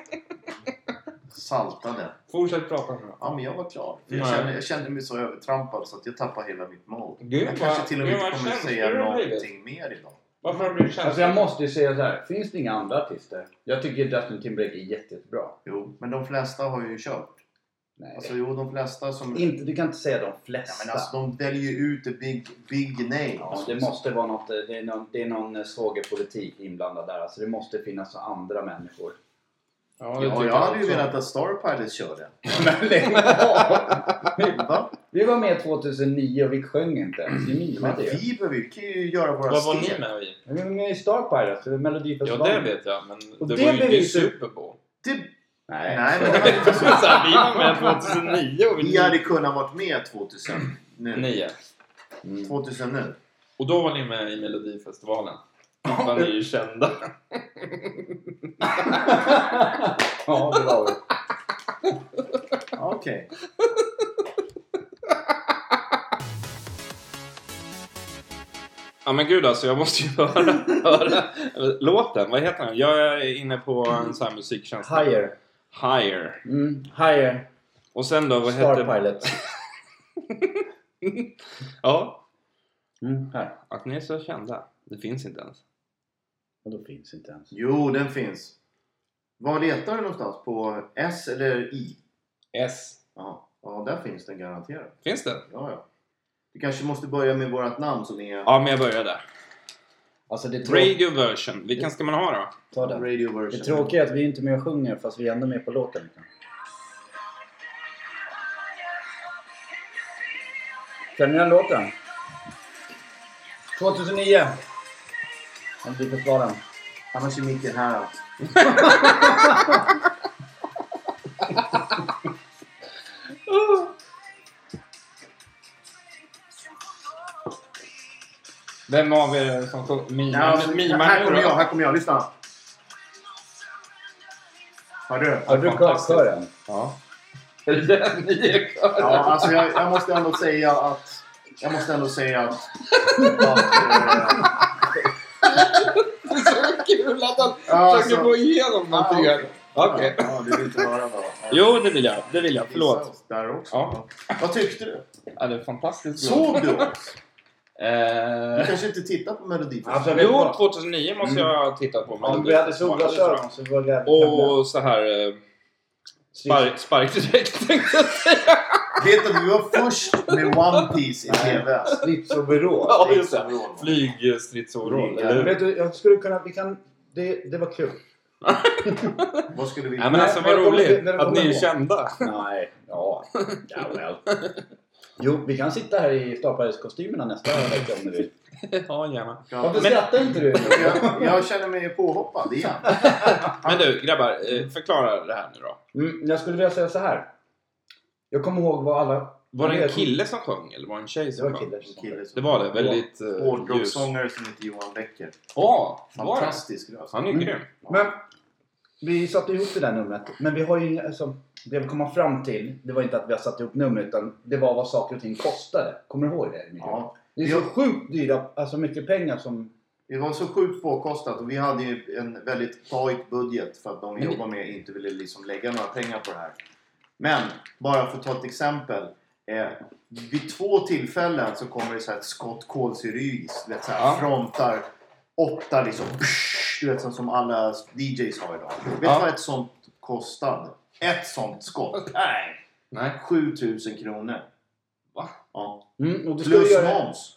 Saltade. Fortsätt prata nu. Ja, men jag var klar. För jag kände mig så övertrampad så att jag tappade hela mitt mål. Jag kanske till och med inte kommer att säga någonting mer idag. Varför har du känsligt? Alltså jag måste ju säga så här. Finns det inga andra artister? Jag tycker Justin Timberlake är jättebra. Jo, men de flesta har ju kört. Nej. Alltså de flesta som... Du kan inte säga de flesta. Ja, men alltså de väljer ju ut the big names. Ja, det måste vara något. Det är någon svågerpolitik inblandad där. Alltså det måste finnas andra människor. Ja, jag hade ju velat att Star Pilots körde. Vi var med 2009 och vi sjöng inte ens. Men vi kan ju göra våra vad var ni med i? Vi var med i Star Pilots, Melodifestivalen. Ja, det vet jag. Men och det var ju Super Bowl. Nej, men det var inte så. Vi var med 2009 och vi hade kunnat varit med 2009. 2009. Och då var ni med i Melodifestivalen. Var ni ju kända. Ja, det var vi. Okej. Ja men gud alltså, jag måste ju höra låten. Vad heter den? Jag är inne på en sån här musiktjänst. Higher. Higher. Och sen då, vad Star heter... Pilot. Ja. Här. Att ni är så kända. Det finns inte ens. Och då finns inte ens. Jo, den finns. Var letar du någonstans? På S eller I? S. Ja, där finns den garanterat. Finns det? Ja. Du kanske måste börja med vårat namn som är... Ja, men jag börjar där. Alltså det Radio version. Vilken ska man ha då? Ta den. Radio version. Det tråkiga är att vi inte är med och sjunger fast vi är ändå med på låten. Känner ni den låten? 2009. Den blir försvaren. Annars är micken här. Vem av er som här kommer jag. Lyssna. Har du? Har du kören? Ja. Ja, alltså jag måste ändå säga att... Det är så kul att han försöker gå igenom någonting här. Okej. Ja, du vill inte höra då. Jo, det vill jag. Förlåt. Där också. Ja. Vad tyckte du? Ja, det är fantastiskt. Såg du oss? Du kanske inte tittar på Melodifestivalen? Jo, 2009 måste jag ha tittat på Melodifestivalen. Om vi hade solglasögon så var det... Och så här... Spark direkt tänkte jag säga. Vet du, vi var först med One Piece i TV. Stridsoverall. Ja, just det. Flygstridsoverall. Vet du, jag skulle kunna... Det var kul. Vad skulle vi... Nej, men alltså vad roligt att ni är kända. Nej, ja väl. Jo, vi kan sitta här i Starparisk-kostymerna nästa vecka om du vill. Ja, gärna. Varför skrattar inte du? Jag känner mig påhoppad igen. Men du, grabbar, förklara det här nu då. Jag skulle vilja säga så här. Jag kommer ihåg vad alla... Var det en kille som sjöng eller var det en tjej som sjöng? Kille. Det var det, väldigt hårdrocksångare som heter Johan Becker. Fantastisk röst. Han är grym. Men vi satte ihop det där numret. Men vi har ju alltså, det vi kommer fram till, det var inte att vi har satt ihop nummer, utan det var vad saker och ting kostade. Kommer du ihåg det? Ja. Det är så sjukt dyra, alltså mycket pengar som... Det var så sjukt påkostat och vi hade ju en väldigt tajt budget för att de vi jobbar med inte ville liksom lägga några pengar på det här. Men, bara för att ta ett exempel. Vid 2 tillfällen så kommer det så här ett skott kolsyreis. Du vet, så här, frontar 8 liksom. Du vet, som alla DJs har idag. Vet du vad ett sånt kostade? Ett sånt skott. Nej. 7000 kronor. Va? Ja. Och du plus moms.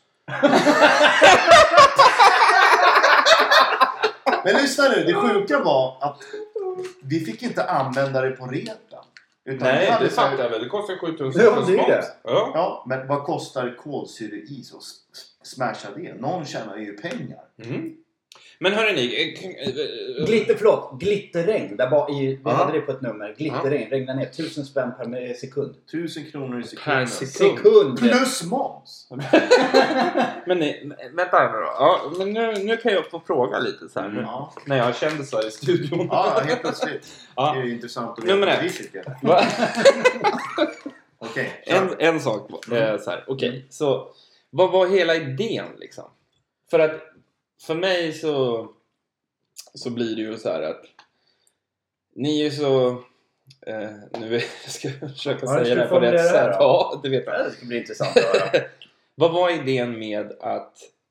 Men lyssna nu, det sjuka var att vi fick inte använda det på repen. Nej, det fattar jag väl. Det kostar 7000 kronor. Ja, men vad kostar kolsyreis och smasha det? Någon tjänar ju pengar. Men hörrni, glitterregn. Vi hade det på ett nummer. Glitterregn, regnar ner 1000 spänn per sekund. 1000 kronor i sekunden. Sekund. Plus moms. Men vänta nu då. Ja, men nu kan jag få fråga lite så här. När jag kände så här i studion. Ja, helt plötsligt. Det är ju intressant att veta nummer vad vi 1. tycker. Okej. En sak så här. Okej, så vad var hela idén liksom? För att för mig så blir det ju så här att ni är ju så nu ska jag försöka säga det på rätt sätt. Ja, det vet jag. Det ska bli intressant att höra. Vad var idén med att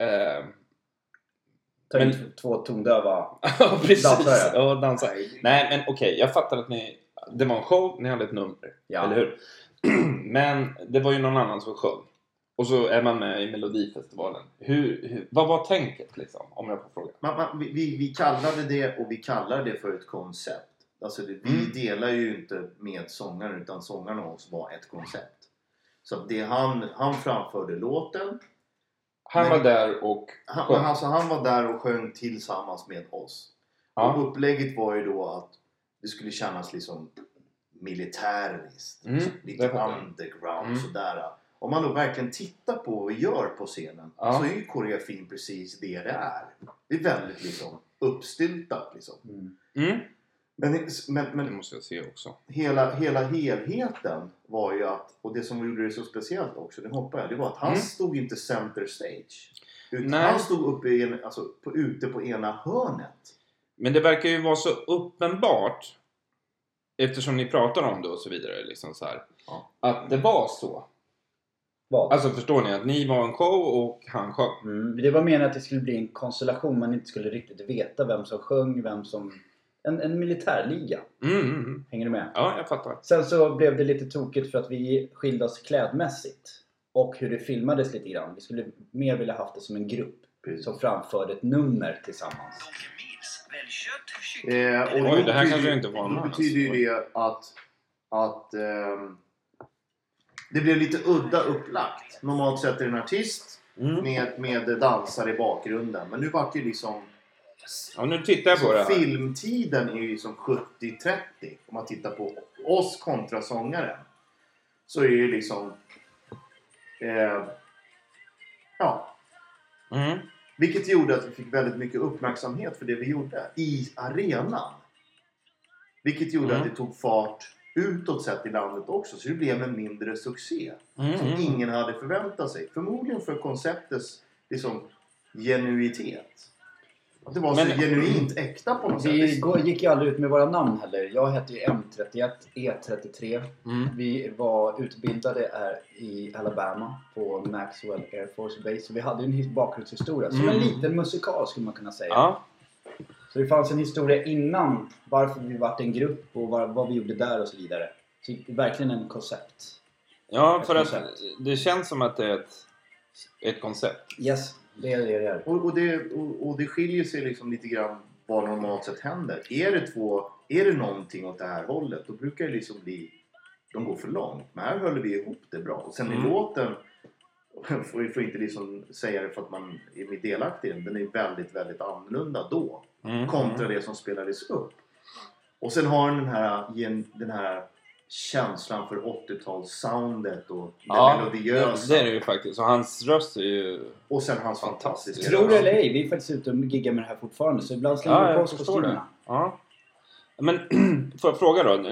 ta in 2 tondöva ja, precis. dansare? Ja, dansare. Nej, men okej, jag fattar att det var en show, ni hade ett nummer, eller hur? Men det var ju någon annan som sjöng. Och så är man med i Melodifestivalen. Vad var tänket liksom? Om jag får fråga. Vi kallade det, och vi kallar det för ett koncept. Alltså vi delar ju inte med sångaren, utan sångaren och oss var ett koncept. Så det han framförde låten. Han var där och sjöng. Han var där och sjöng tillsammans med oss. Ja. Och upplägget var ju då att det skulle kännas liksom militäriskt. Lite underground sådär. Om man då verkligen tittar på vad vi gör på scenen, så är ju koreografin precis det är. Det är väldigt liksom uppstyltat liksom. Men det måste jag se också. Hela helheten var ju att, och det som gjorde det så speciellt också, det var att han stod inte center stage. Utan han stod uppe ute på ena hörnet. Men det verkar ju vara så uppenbart, eftersom ni pratar om det och så vidare liksom så här, att det var så. Alltså förstår ni att ni var en show och han sjöng? Det var menat att det skulle bli en konstellation. Man inte skulle riktigt veta vem som sjöng, vem som... En militärliga. Hänger du med? Ja, jag fattar. Sen så blev det lite tokigt för att vi skilde oss klädmässigt. Och hur det filmades lite grann. Vi skulle mer vilja haft det som en grupp. Som framförde ett nummer tillsammans. Och det här kanske inte var med. Det betyder ju det att det blev lite udda upplagt. Normalt sett är det en artist med dansare i bakgrunden. Men nu var det ju liksom... Ja, nu tittar jag på det här. Filmtiden är ju som 70-30. Om man tittar på oss kontra sångaren. Så är det ju liksom... Vilket gjorde att vi fick väldigt mycket uppmärksamhet för det vi gjorde i arenan. Vilket gjorde att det tog fart utåt sett i landet också. Så det blev en mindre succé. Som ingen hade förväntat sig. Förmodligen för konceptets liksom, genuitet. Det var så genuint äkta på något sätt. Vi gick ju aldrig ut med våra namn heller. Jag hette ju M31, E33. Vi var utbildade i Alabama på Maxwell Air Force Base. Så vi hade en bakgrundshistoria. Som en liten musikal skulle man kunna säga. Ja. Så det fanns en historia innan varför vi var en grupp och vad vi gjorde där och så vidare. Så det är verkligen en koncept. Ja, för att det känns som att det är ett koncept. Yes. Det är. Och det skiljer sig liksom lite grann vad normalt sett händer. Är det någonting åt det här hållet, då brukar det liksom bli, de går för långt. Men här höll vi ihop det bra. Och sen i låten, får inte liksom säga det för att man är delaktig i den. Den är väldigt, väldigt annorlunda då. Kontra det som spelades upp. Och sen har den här känslan för 80-tals-soundet och det melodiösa. Det är det ju faktiskt. Och hans röst är ju... Och sen hans fantastiska röst. Tror det eller ej, vi är faktiskt ute och giggar med det här fortfarande. Så ibland slänger vi på oss kostymerna. Ja. Men får jag fråga då?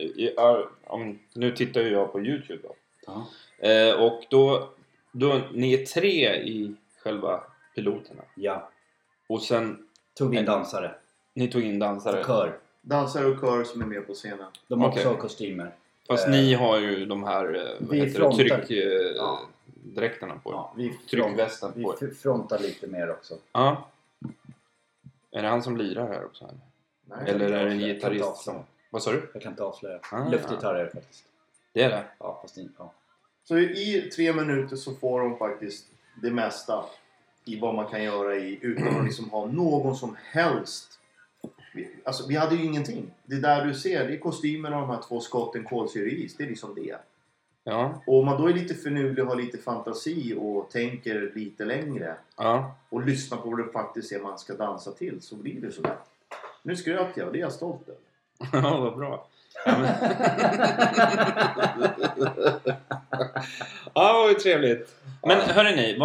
Nu tittar ju jag på YouTube då. Och då ni är 3 i själva piloterna. Ja. Och sen tog vi in dansare. Ni tog in dansare. Och kör. Dansare och kör som är med på scenen. De har också kostymer. Fast ni har ju de här tryckdräkterna på. Ja, tryckvästen på. Vi frontar lite mer också. Ja. Är det han som lirar här också? Nej, eller är det en gitarrist som... Vad sa du? Jag kan inte avslöja. Luftgitarr är det faktiskt. Det är det? Ja, fast inte. Ja. Så i 3 minuter så får de faktiskt det mesta i vad man kan göra utan att liksom ha någon som helst. Vi hade ju ingenting. Det där du ser, det är kostymen och de här 2 skotten kolsyreis. Det är liksom det. Ja. Och om man då är lite förnulig och har lite fantasi och tänker lite längre. Ja. Och lyssnar på vad det faktiskt är man ska dansa till, så blir det sådär. Nu skröt jag och det är jag stolt över. Ja, vad bra. Ja, vad trevligt. Men hörrni,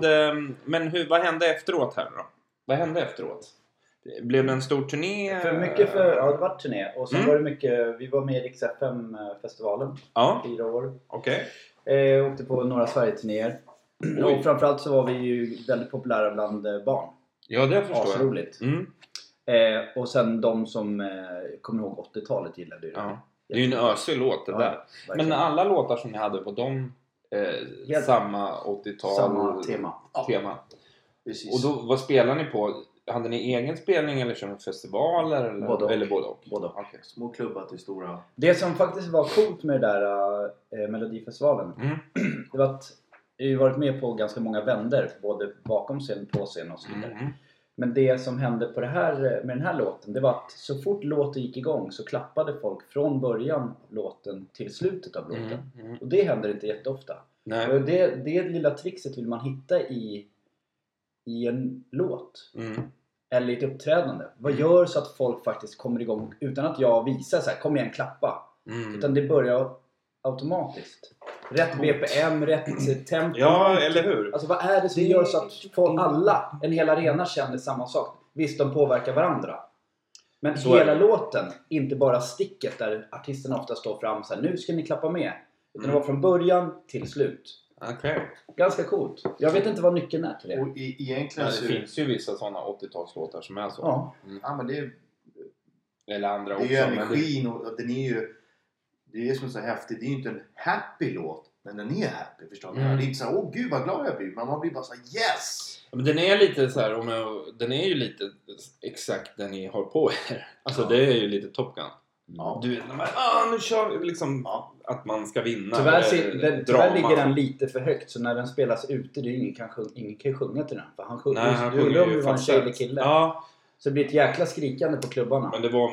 vad hände efteråt här då? Vad hände efteråt? Blev det en stor turné? Ja, det var turné. Och sen var det mycket, vi var med i Rix FM-festivalen. 4 år. Okej. Åkte på några Sverige-turnéer. Och framförallt så var vi ju väldigt populära bland barn. Ja, det förstår jag. Roligt. Och sen de som kommer ihåg 80-talet gillade ju det. Ja. Det är ju en ösig låt det där. Verkligen. Men alla låtar som ni hade på dem samma 80-tal samma tema. Precis. Och då, vad spelar ni på? Hade ni egen spelning eller kör ni festivaler? Eller både och? Både och. Okay. Små klubbar till stora. Det som faktiskt var coolt med det där Melodifestivalen det var att vi varit med på ganska många vänder, både bakom scen, på scen och så vidare. Men det som hände på med den här låten, det var att så fort låten gick igång så klappade folk från början låten till slutet av låten. Och det händer inte jätteofta. Nej. Och det lilla trixet vill man hitta i en låt. Eller i ett uppträdande. Vad gör så att folk faktiskt kommer igång utan att jag visar så här, kom igen, klappa. Utan det börjar automatiskt. Rätt BPM, rätt tempo. Ja, eller hur? Alltså vad är det som gör så att alla, en hel arena känner samma sak? Visst, de påverkar varandra. Men så hela låten, inte bara sticket där artisterna ofta står fram så här, nu ska ni klappa med. Utan det var från början till slut. Okay. Ganska coolt. Jag vet inte vad nyckeln är till det. Och egentligen det finns ju vissa sådana 80-talslåtar som är så. Ja. Ja, men det eller andra också. Det är ju energin och den är ju... Det är som så häftigt. Det är ju inte en happy låt. Men den är happy, förstår du? Det är inte så här, gud vad glad jag blir. Men man blir bara så här, yes! Men den är lite så här, den är ju lite exakt den ni har på er. Alltså det är ju lite Top Gun. Ja. Du vet, nu kör vi liksom att man ska vinna. Tyvärr ligger den lite för högt. Så när den spelas ute, det är ingen kan sjunga till den. För han sjunger. Nej, han sjunger ju en tjej eller kille. Ja. Så det blir ett jäkla skrikande på klubbarna. Men det var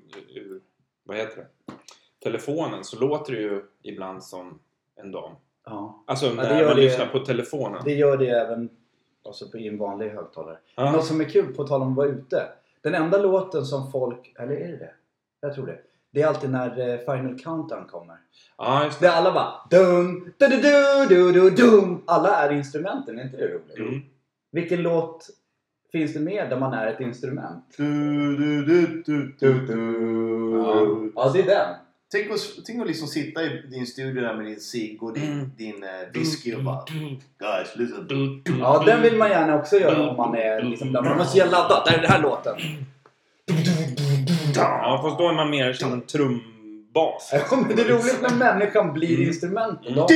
vad heter det? Telefonen, så låter det ju ibland som en dam. Ja. Alltså när man lyssnar på telefonen. Det gör det även alltså på en vanlig högtalare. Ja. Något som är kul på tal om att vara ute. Den enda låten som folk... Eller är det? Jag tror det. Det är alltid när Final Countdown kommer. Ja, just det. Där alla bara... Dum, du, du, du, du, dum. Alla är instrumenten, är inte det roligt? Vilken låt finns det mer där man är ett instrument? Ja, det är den. Tänk att liksom sitta i din studio där med din cigg och din whisky och bara guys, listen. Ja, den vill man gärna också göra om man är liksom där. Man måste ladda. Där är den här låten. Ja, fast då är man mer som en trumbas. Ja, men det är roligt när människan blir instrumenten. Ja,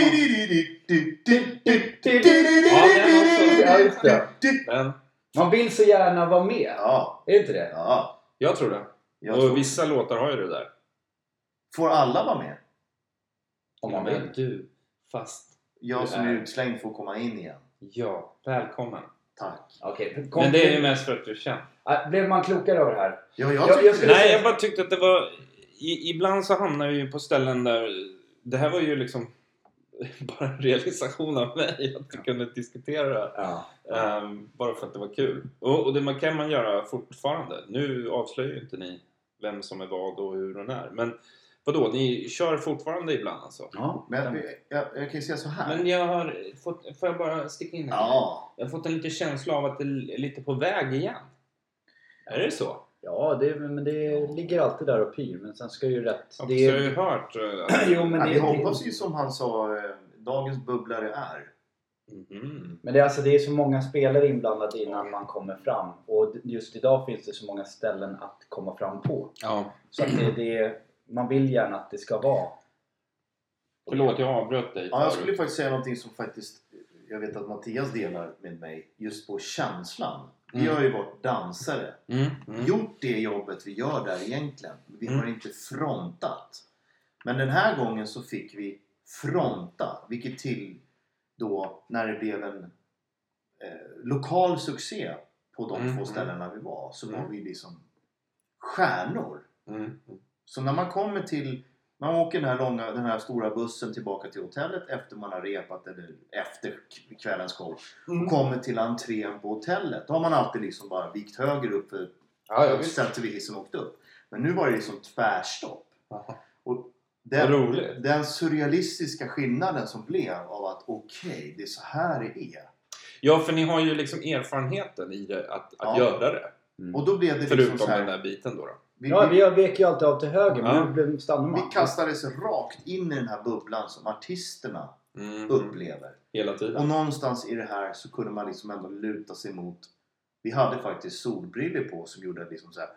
just det. Men Man vill så gärna vara med. Ja. Är det inte det? Ja. jag tror det. Och vissa låtar har ju det där. Får alla vara med? Om man vill. Men du, fast... Jag som är utslängd får komma in igen. Ja, välkommen. Tack. Okej. Men det är ju mest för att du känner. Blev man klokare av det här? Ja, jag bara tyckte att det var... Ibland så hamnar vi ju på ställen där... Det här var ju liksom... bara en realisation av mig. Att vi kunde diskutera det här. Bara för att det var kul. Och det kan man göra fortfarande. Nu avslöjar ju inte ni vem som är vad och hur och när. Men vadå, ni kör fortfarande ibland alltså? Ja, men jag kan ju säga så här. Men jag har fått... Får jag bara sticka in här? Ja. Jag har fått en liten känsla av att det är lite på väg igen. Är det så? Ja, men det ligger alltid där och pyr. Men sen ska ju rätt... Jag har ju hört... Jo, men vi hoppas ju som han sa, dagens bubblare är. Mm. Men det är så många spelare inblandade innan man kommer fram. Och just idag finns det så många ställen att komma fram på. Ja. Så att man vill gärna att det ska vara. Förlåt, jag avbröt dig. Ja, jag skulle faktiskt säga någonting som faktiskt jag vet att Mattias delar med mig. Just på känslan. Vi har ju varit dansare. Gjort det jobbet vi gör där egentligen. Vi har inte frontat. Men den här gången så fick vi fronta. Vilket till då när det blev en lokal succé på de två ställena vi var. Så var vi liksom stjärnor. Så när man kommer till... Man åker den här stora bussen tillbaka till hotellet efter man har repat eller efter kvällens show. Och kommer till entrén på hotellet. Då har man alltid liksom bara vikt höger upp för sättet vi hissen åkte upp. Men nu var det liksom tvärstopp. Och den surrealistiska skillnaden som blev av att okej, det är så här det är. Ja, för ni har ju liksom erfarenheten i det att göra det. Och då blev det förutom liksom så här, den där biten då. Vi vek ju alltid av till höger, men nu blev stannar vi kastades rakt in i den här bubblan som artisterna upplever. Hela tiden. Och någonstans i det här så kunde man liksom ändå luta sig mot. Vi hade faktiskt solbriller på som gjorde liksom så här.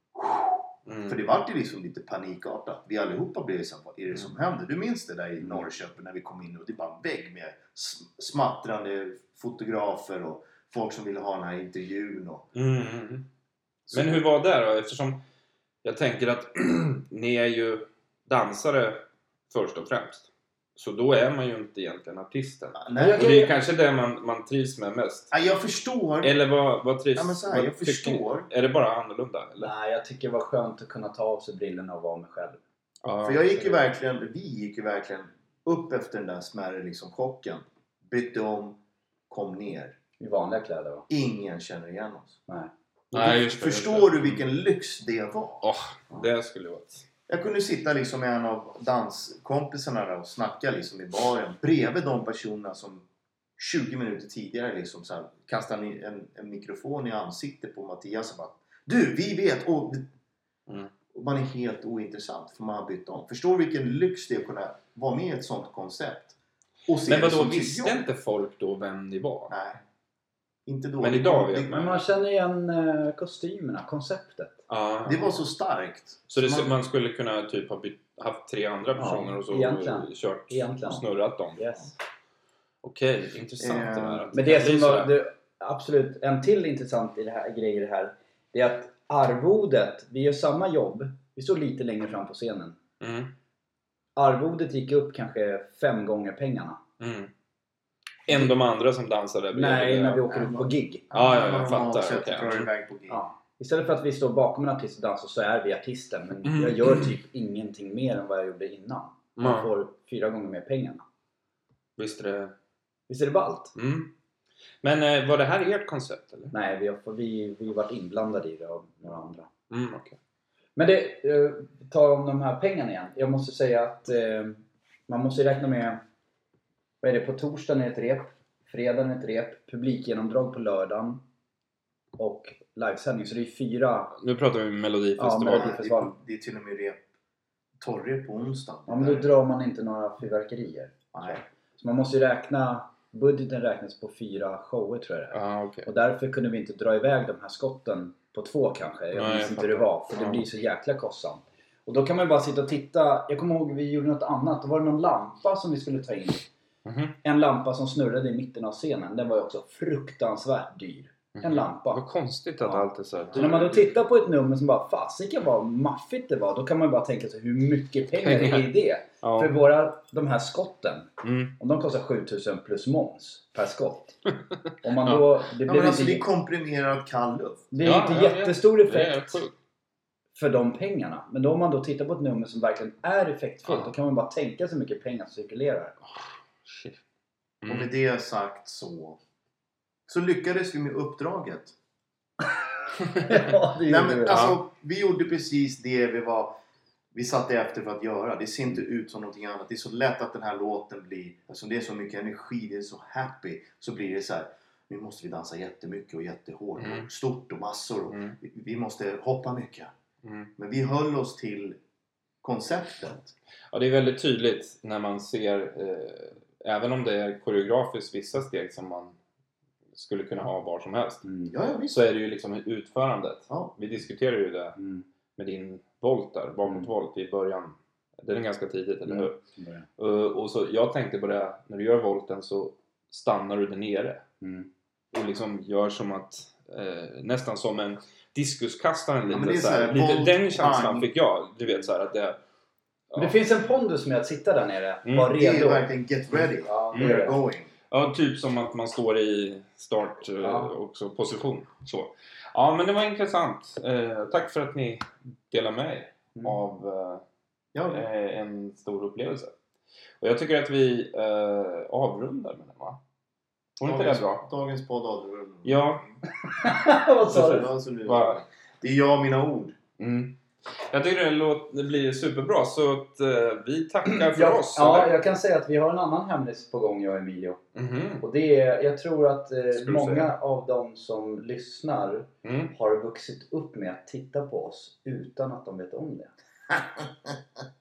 För det var ju liksom lite panikartat. Vi allihopa blev så här, vad är det som händer? Du minns det där i Norrköping när vi kom in och det var en vägg med smattrande fotografer och folk som ville ha den här intervjun. Och... Men hur var det då? Eftersom jag tänker att ni är ju dansare först och främst. Så då är man ju inte egentligen artisten. Nej. Och det är kanske det man trivs med mest. Ja, jag förstår. Eller vad trivs? Ja, men så här, jag förstår. Är det bara annorlunda? Eller? Nej, jag tycker det var skönt att kunna ta av sig brillorna och vara mig själv. Ja, för vi gick ju verkligen upp efter den där smärre liksom chocken. Bytte om, kom ner. I vanliga kläder va? Ingen känner igen oss. Nej, just det, förstår du vilken lyx det var? Det skulle vara... Jag kunde sitta liksom med en av danskompisarna där och snacka liksom i baren bredvid de personerna som 20 minuter tidigare liksom så här, kastade en mikrofon i ansiktet på Mattias och bara du, vi vet! Och man är helt ointressant för man har bytt om. Förstår du vilken lyx det är att kunna vara med i ett sånt koncept? Och se. Men vadå, visste inte folk då vem ni var? Nej. Inte då. Men idag vet Men man känner igen kostymerna, konceptet. Det var så starkt. Så man skulle kunna typ ha haft 3 andra personer och så kört och snurrat dem. Yes. Okej, intressant det där. Men det som var absolut en till intressant i det här grejer här, det är att arvodet, vi gör samma jobb, vi står lite längre fram på scenen. Arvodet gick upp kanske 5 gånger pengarna. Än de andra som dansade? Nej, när vi åker ut på gig. Jag fattar. Istället för att vi står bakom en artist och dansar så är vi artisten. Men jag gör typ ingenting mer än vad jag gjorde innan. Man får 4 gånger mer pengarna. Visst är det ballt? Men var det här ert koncept eller? Nej, vi har varit inblandade i det av några andra. Okay. Men det tar om de här pengarna igen. Jag måste säga att man måste räkna med, vad är det, på torsdagen är ett rep, fredagen ett rep, publikgenomdrag på lördagen och livesändning. Så det är 4. Nu pratar vi om Melodifestivalen. Det är till och med rep torre på onsdagen. Ja, men då drar man inte några fyrverkerier. Nej. Så man måste ju budgeten räknas på 4 shower tror jag det är. Okay. Och därför kunde vi inte dra iväg de här skotten på 2 kanske. Jag minns inte hur det var. För det blir så jäkla kostsamt. Och då kan man ju bara sitta och titta. Jag kommer ihåg vi gjorde något annat. Då var det någon lampa som vi skulle ta in. En lampa som snurrade i mitten av scenen. Den var ju också fruktansvärt dyr. En lampa. Vad konstigt att allt är så. Så när man då tittar på ett nummer som bara fasiken vad maffigt det var. Då kan man ju bara tänka sig hur mycket pengar det är i det. För de här skotten. Om de kostar 7000 plus moms per skott. Om man då, det är komprimerad kall luft. Det är inte jättestor effekt för de pengarna. Men då om man då tittar på ett nummer som verkligen är effektfullt. Då kan man bara tänka så mycket pengar som cirkulerar. Och med det sagt så lyckades vi med uppdraget. Vi gjorde precis det vi satte efter för att göra. Det ser inte ut som någonting annat. Det är så lätt att den här låten blir, eftersom det är så mycket energi, det är så happy, så blir det så här. nu måste vi dansa jättemycket och jättehårt och stort och massor och vi måste hoppa mycket. Men vi höll oss till konceptet. Ja, det är väldigt tydligt när man ser, även om det är koreografiskt vissa steg som man skulle kunna ha var som helst, så är det ju liksom utförandet. Vi diskuterar ju det med din volt där, bakåtvolt i början. Det är ganska tidigt, eller hur? Och så jag tänkte på det, när du gör volten så stannar du där nere. Och liksom gör som att, nästan som en diskuskastare lite, den känslan fick jag. Du vet så här att det... Men det finns en pondus med att sitta där nere. Var redo. Det är verkligen get ready. We're going. Ja, typ som att man står i start också, position. Så. Ja, men det var intressant. Tack för att ni delar med er av en stor upplevelse. Och jag tycker att vi avrundar med det, va? Var inte det bra? Dagens podd avrundar. Ja. Vad sa du? Det är jag och mina ord. Jag tycker det blir superbra, så att vi tackar för oss. Ja, jag kan säga att vi har en annan hemlis på gång, jag och Emilio. Och det är, jag tror att många av dem som lyssnar har vuxit upp med att titta på oss utan att de vet om det.